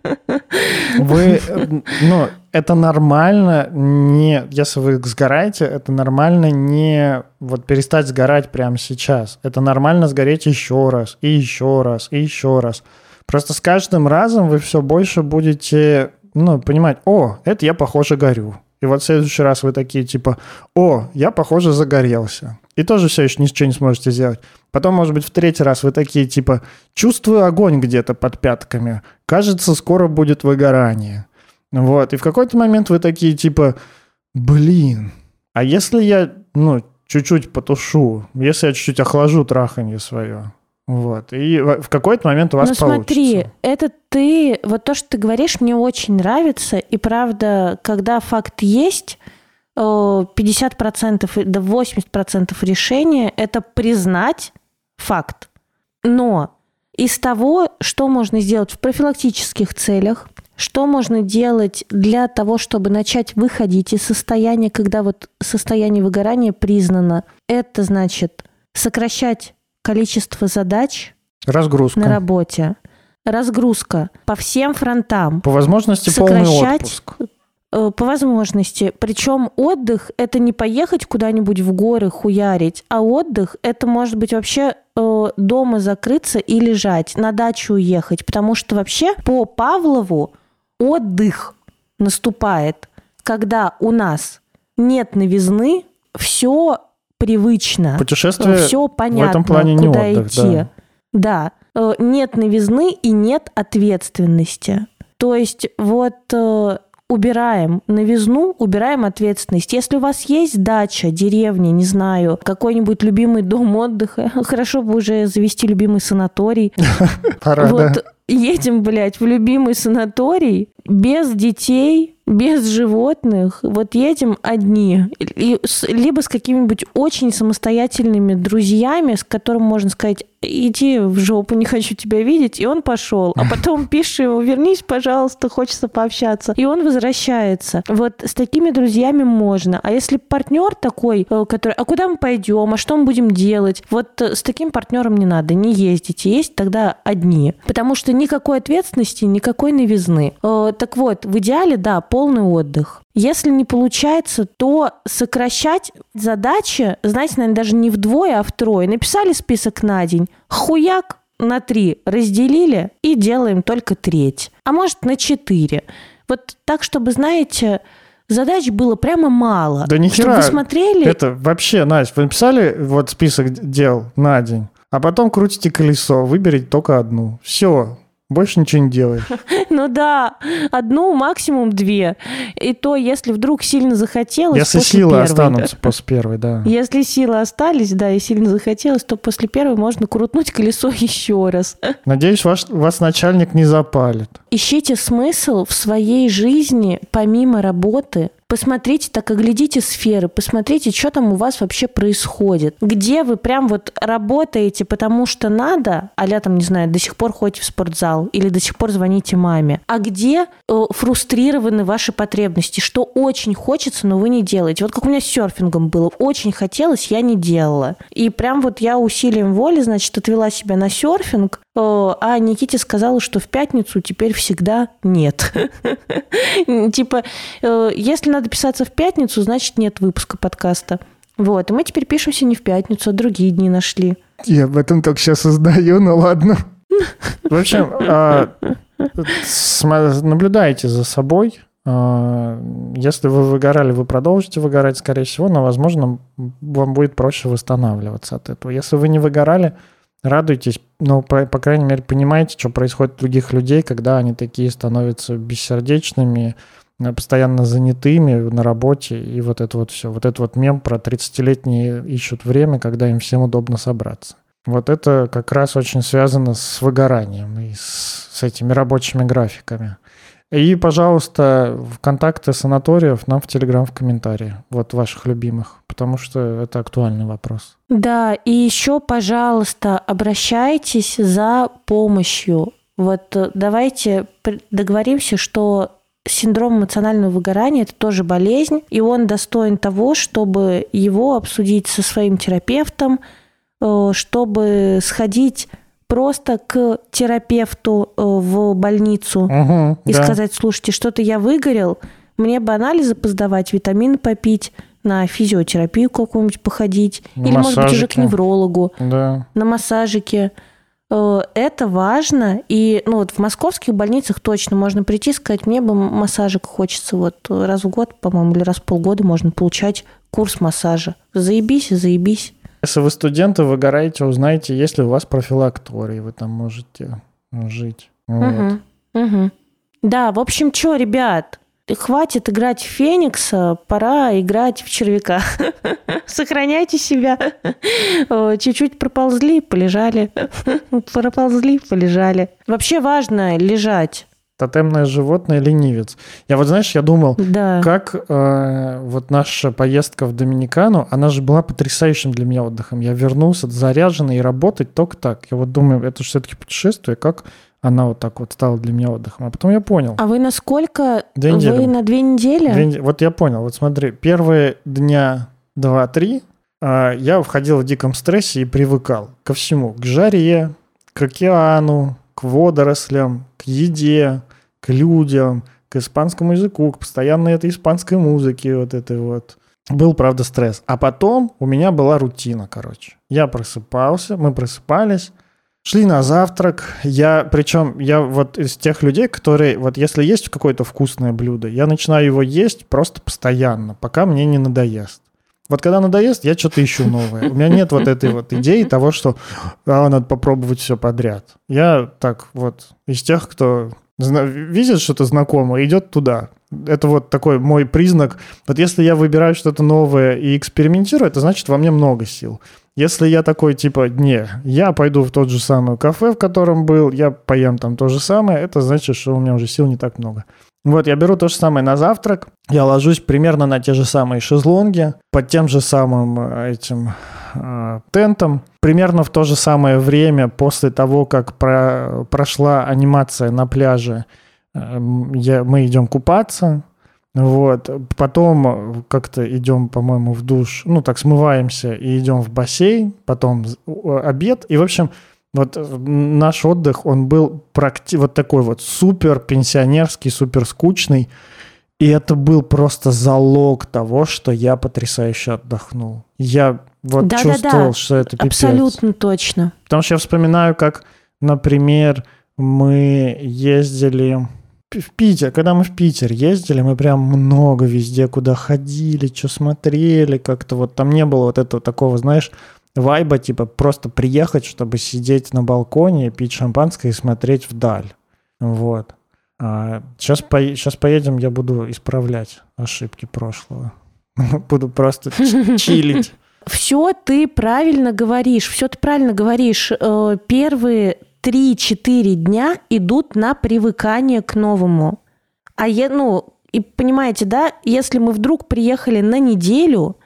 Вы, ну, это нормально, не, если вы сгораете, это нормально не вот перестать сгорать прямо сейчас. Это нормально сгореть еще раз, и еще раз, и еще раз. Просто с каждым разом вы все больше будете, ну, понимать, о, это я, похоже, горю. И вот в следующий раз вы такие, типа, о, я, похоже, загорелся. И тоже все еще ничего не сможете сделать. Потом, может быть, в третий раз вы такие, типа, чувствую огонь где-то под пятками. Кажется, скоро будет выгорание. Вот, и в какой-то момент вы такие, типа, блин, а если я, ну, чуть-чуть потушу, если я чуть-чуть охлажу траханье свое, вот, и в какой-то момент у вас ну, получится. Смотри, это ты, вот то, что ты говоришь, мне очень нравится, и правда, когда факт есть, пятьдесят процентов до восемьдесят процентов решения – это признать факт. Но из того, что можно сделать в профилактических целях, что можно делать для того, чтобы начать выходить из состояния, когда вот состояние выгорания признано, это значит сокращать количество задач Разгрузка. на работе, разгрузка по всем фронтам. По возможности полный отпуск. По возможности. Причем отдых – это не поехать куда-нибудь в горы хуярить, а отдых – это может быть вообще э, дома закрыться и лежать, на дачу уехать. Потому что вообще по Павлову отдых наступает, когда у нас нет новизны, все привычно, путешествие все понятно, в этом плане не куда отдых, идти. Да. да, нет новизны и нет ответственности. То есть вот э, убираем новизну, убираем ответственность. Если у вас есть дача, деревня, не знаю, какой-нибудь любимый дом отдыха, хорошо бы уже завести любимый санаторий. Пора, да. Едем, блядь, в любимый санаторий без детей, без животных. Вот едем одни. И, либо с какими-нибудь очень самостоятельными друзьями, с которым можно сказать, иди в жопу, не хочу тебя видеть. И он пошел. А потом пишешь ему, вернись, пожалуйста, хочется пообщаться. И он возвращается. Вот с такими друзьями можно. А если партнер такой, который, а куда мы пойдем, а что мы будем делать? Вот с таким партнером не надо, не ездите. Есть тогда одни. Потому что никакой ответственности, никакой новизны. Так вот, в идеале, да, полный отдых. Если не получается, то сокращать задачи, знаете, наверное, даже не вдвое, а втрое. Написали список на день, хуяк на три разделили и делаем только треть. А может, на четыре. Вот так, чтобы, знаете, задач было прямо мало. Да ни хера. Чтобы вы смотрели... Это вообще, Настя, вы написали вот список дел на день? а потом крутите колесо, выберите только одну. Все, больше ничего не делаешь. Ну да, одну, максимум две. И то, если вдруг сильно захотелось, если после силы первой. останутся после первой, да. Если силы остались, да, и сильно захотелось, то после первой можно крутнуть колесо еще раз. Надеюсь, ваш, вас начальник не запалит. Ищите смысл в своей жизни помимо работы. Посмотрите, так оглядите сферы, посмотрите, что там у вас вообще происходит. Где вы прям вот работаете, потому что надо, а-ля там, не знаю, до сих пор ходите в спортзал или до сих пор звоните маме. А где э, фрустрированы ваши потребности, что очень хочется, но вы не делаете. Вот как у меня с серфингом было. Очень хотелось, я не делала. И прям вот я усилием воли, значит, отвела себя на серфинг, э, а Никите сказала, что в пятницу теперь всегда нет. Типа, если надо писаться в пятницу, значит, нет выпуска подкаста. Вот. И мы теперь пишемся не в пятницу, а другие дни нашли. Я об этом только сейчас узнаю, ну ладно. В общем, наблюдайте за собой. Если вы выгорали, вы продолжите выгорать, скорее всего, но, возможно, вам будет проще восстанавливаться от этого. Если вы не выгорали, радуйтесь, но, по, по крайней мере, понимаете, что происходит у других людей, когда они такие становятся бессердечными, постоянно занятыми на работе, и вот это вот все. Вот этот вот мем про тридцатилетние ищут время, когда им всем удобно собраться. Вот это как раз очень связано с выгоранием и с, с этими рабочими графиками. И, пожалуйста, в контакты санаториев нам в Телеграм в комментарии, вот ваших любимых, потому что это актуальный вопрос. Да, и еще, пожалуйста, обращайтесь за помощью. Вот давайте договоримся, что синдром эмоционального выгорания – это тоже болезнь, и он достоин того, чтобы его обсудить со своим терапевтом, чтобы сходить просто к терапевту в больницу угу, и да. сказать: слушайте, что-то я выгорел, мне бы анализы посдавать, витамины попить, на физиотерапию какую-нибудь походить, на или, массажике. Может быть, уже к неврологу, да. на массажике. Это важно. И ну, вот в московских больницах точно можно прийти и сказать: мне бы массажик хочется. Вот раз в год, по-моему, или раз в полгода можно получать курс массажа. Заебись и заебись. Если вы студенты, выгораете, узнаете, есть ли у вас профилакторий, вы там можете жить. Вот. Угу, угу. Да, в общем, что, ребят, хватит играть в Феникса, пора играть в червяка. Сохраняйте себя. Чуть-чуть проползли, полежали. Проползли, полежали. Вообще важно лежать. Тотемное животное — ленивец. Я вот, знаешь, я думал, да. как э, вот наша поездка в Доминикану, она же была потрясающим для меня отдыхом. Я вернулся заряженный и работать только так. Я вот думаю, это же все-таки путешествие, как она вот так вот стала для меня отдыхом. А потом я понял. А вы на сколько? Две недели. Вы на две недели? Две, вот я понял. Вот смотри, первые дня два-три э, я входил в диком стрессе и привыкал ко всему. К жаре, к океану, к водорослям, к еде, к людям, к испанскому языку, к постоянной этой испанской музыке, вот этой вот. Был, правда, стресс. А потом у меня была рутина, короче. Я просыпался, мы просыпались, шли на завтрак. Я, причем, я вот из тех людей, которые, вот если есть какое-то вкусное блюдо, я начинаю его есть просто постоянно, пока мне не надоест. Вот когда надоест, я что-то ищу новое. У меня нет вот этой вот идеи того, что а, надо попробовать все подряд. Я так вот из тех, кто зна- видит что-то знакомое, идет туда. Это вот такой мой признак. Вот если я выбираю что-то новое и экспериментирую, это значит, во мне много сил. Если я такой, типа, не, я пойду в тот же самый кафе, в котором был, я поем там то же самое, это значит, что у меня уже сил не так много. Вот, я беру то же самое на завтрак, я ложусь примерно на те же самые шезлонги, под тем же самым этим э, тентом. Примерно в то же самое время, после того, как про, прошла анимация на пляже, э, я, мы идем купаться. Вот. Потом как-то идем, по-моему, в душ, ну так смываемся и идем в бассейн, потом обед. И, в общем, вот наш отдых, он был практи- вот такой вот супер пенсионерский, супер скучный. И это был просто залог того, что я потрясающе отдохнул. Я вот да, чувствовал, да, да. что это пипец. Абсолютно точно. Потому что я вспоминаю, как, например, мы ездили в Питер. Когда мы в Питер ездили, мы прям много везде, куда ходили, что смотрели, как-то вот там не было вот этого такого, знаешь, вайба, типа, просто приехать, чтобы сидеть на балконе, пить шампанское и смотреть вдаль. Вот. А сейчас, по... сейчас поедем, я буду исправлять ошибки прошлого. Буду просто чилить. Все ты правильно говоришь, все ты правильно говоришь. Первые три-четыре дня идут на привыкание к новому. А я, ну, и понимаете, да, если мы вдруг приехали на неделю,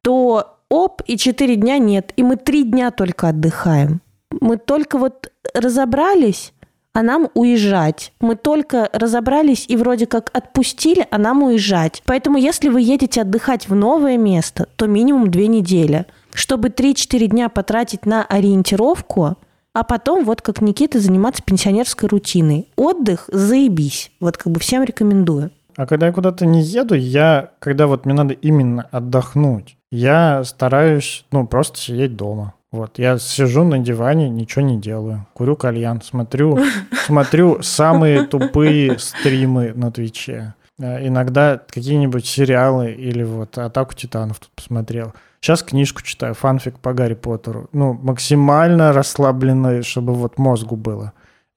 то оп, и четыре дня нет, и мы три дня только отдыхаем. Мы только вот разобрались, а нам уезжать. Мы только разобрались и вроде как отпустили, а нам уезжать. Поэтому если вы едете отдыхать в новое место, то минимум две недели, чтобы три-четыре дня потратить на ориентировку, а потом, вот как Никита, заниматься пенсионерской рутиной. Отдых заебись. Вот как бы всем рекомендую. А когда я куда-то не еду, я, когда вот мне надо именно отдохнуть, я стараюсь, ну, просто сидеть дома. Вот, я сижу на диване, ничего не делаю, курю кальян, смотрю, смотрю самые тупые стримы на Твиче. Иногда какие-нибудь сериалы или вот «Атаку Титанов» тут посмотрел. Сейчас книжку читаю, фанфик по Гарри Поттеру. Ну, максимально расслабленно, чтобы вот мозгу было.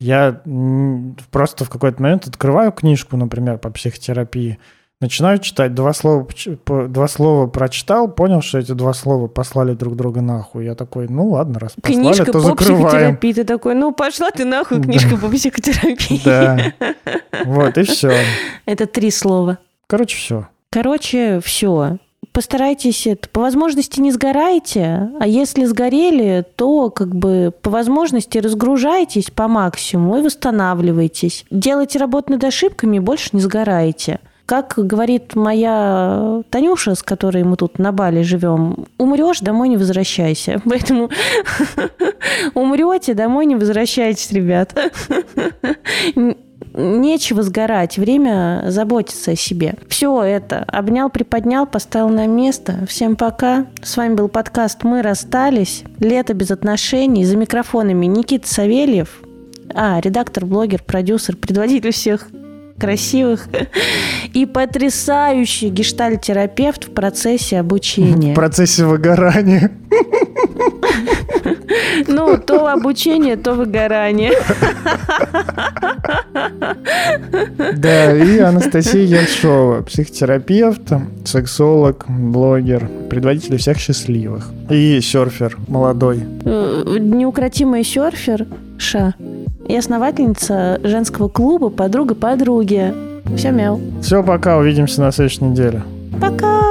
Я просто в какой-то момент открываю книжку, например, по психотерапии, начинаю читать, два слова, два слова прочитал, понял, что эти два слова послали друг друга нахуй. Я такой, ну ладно, раз послали, книжка то по закрываем. Психотерапии. Ты такой, ну пошла ты нахуй, книжка по психотерапии. Да, вот и все. Это три слова. Короче, все. Короче, все. Постарайтесь это, по возможности не сгорайте, а если сгорели, то как бы по возможности разгружайтесь по максимуму и восстанавливайтесь. Делайте работу над ошибками и больше не сгорайте. Как говорит моя Танюша, с которой мы тут на Бали живем, умрешь, домой не возвращайся. Поэтому умрете, домой не возвращайтесь, ребят. Нечего сгорать, время заботиться о себе. Все это обнял, приподнял, поставил на место. Всем пока. С вами был подкаст «Мы расстались». Лето без отношений. За микрофонами Никита Савельев. А, редактор, блогер, продюсер, предводитель всех красивых и потрясающий гештальт-терапевт в процессе обучения. В процессе выгорания. Ну, то обучение, то выгорание. Да, и Анастасия Ершова, психотерапевт, сексолог, блогер, предводитель всех счастливых. И серфер молодой. Неукротимый серфер Ша. И основательница женского клуба «Подруга подруги». Все, мяу. Все, пока, увидимся на следующей неделе. Пока!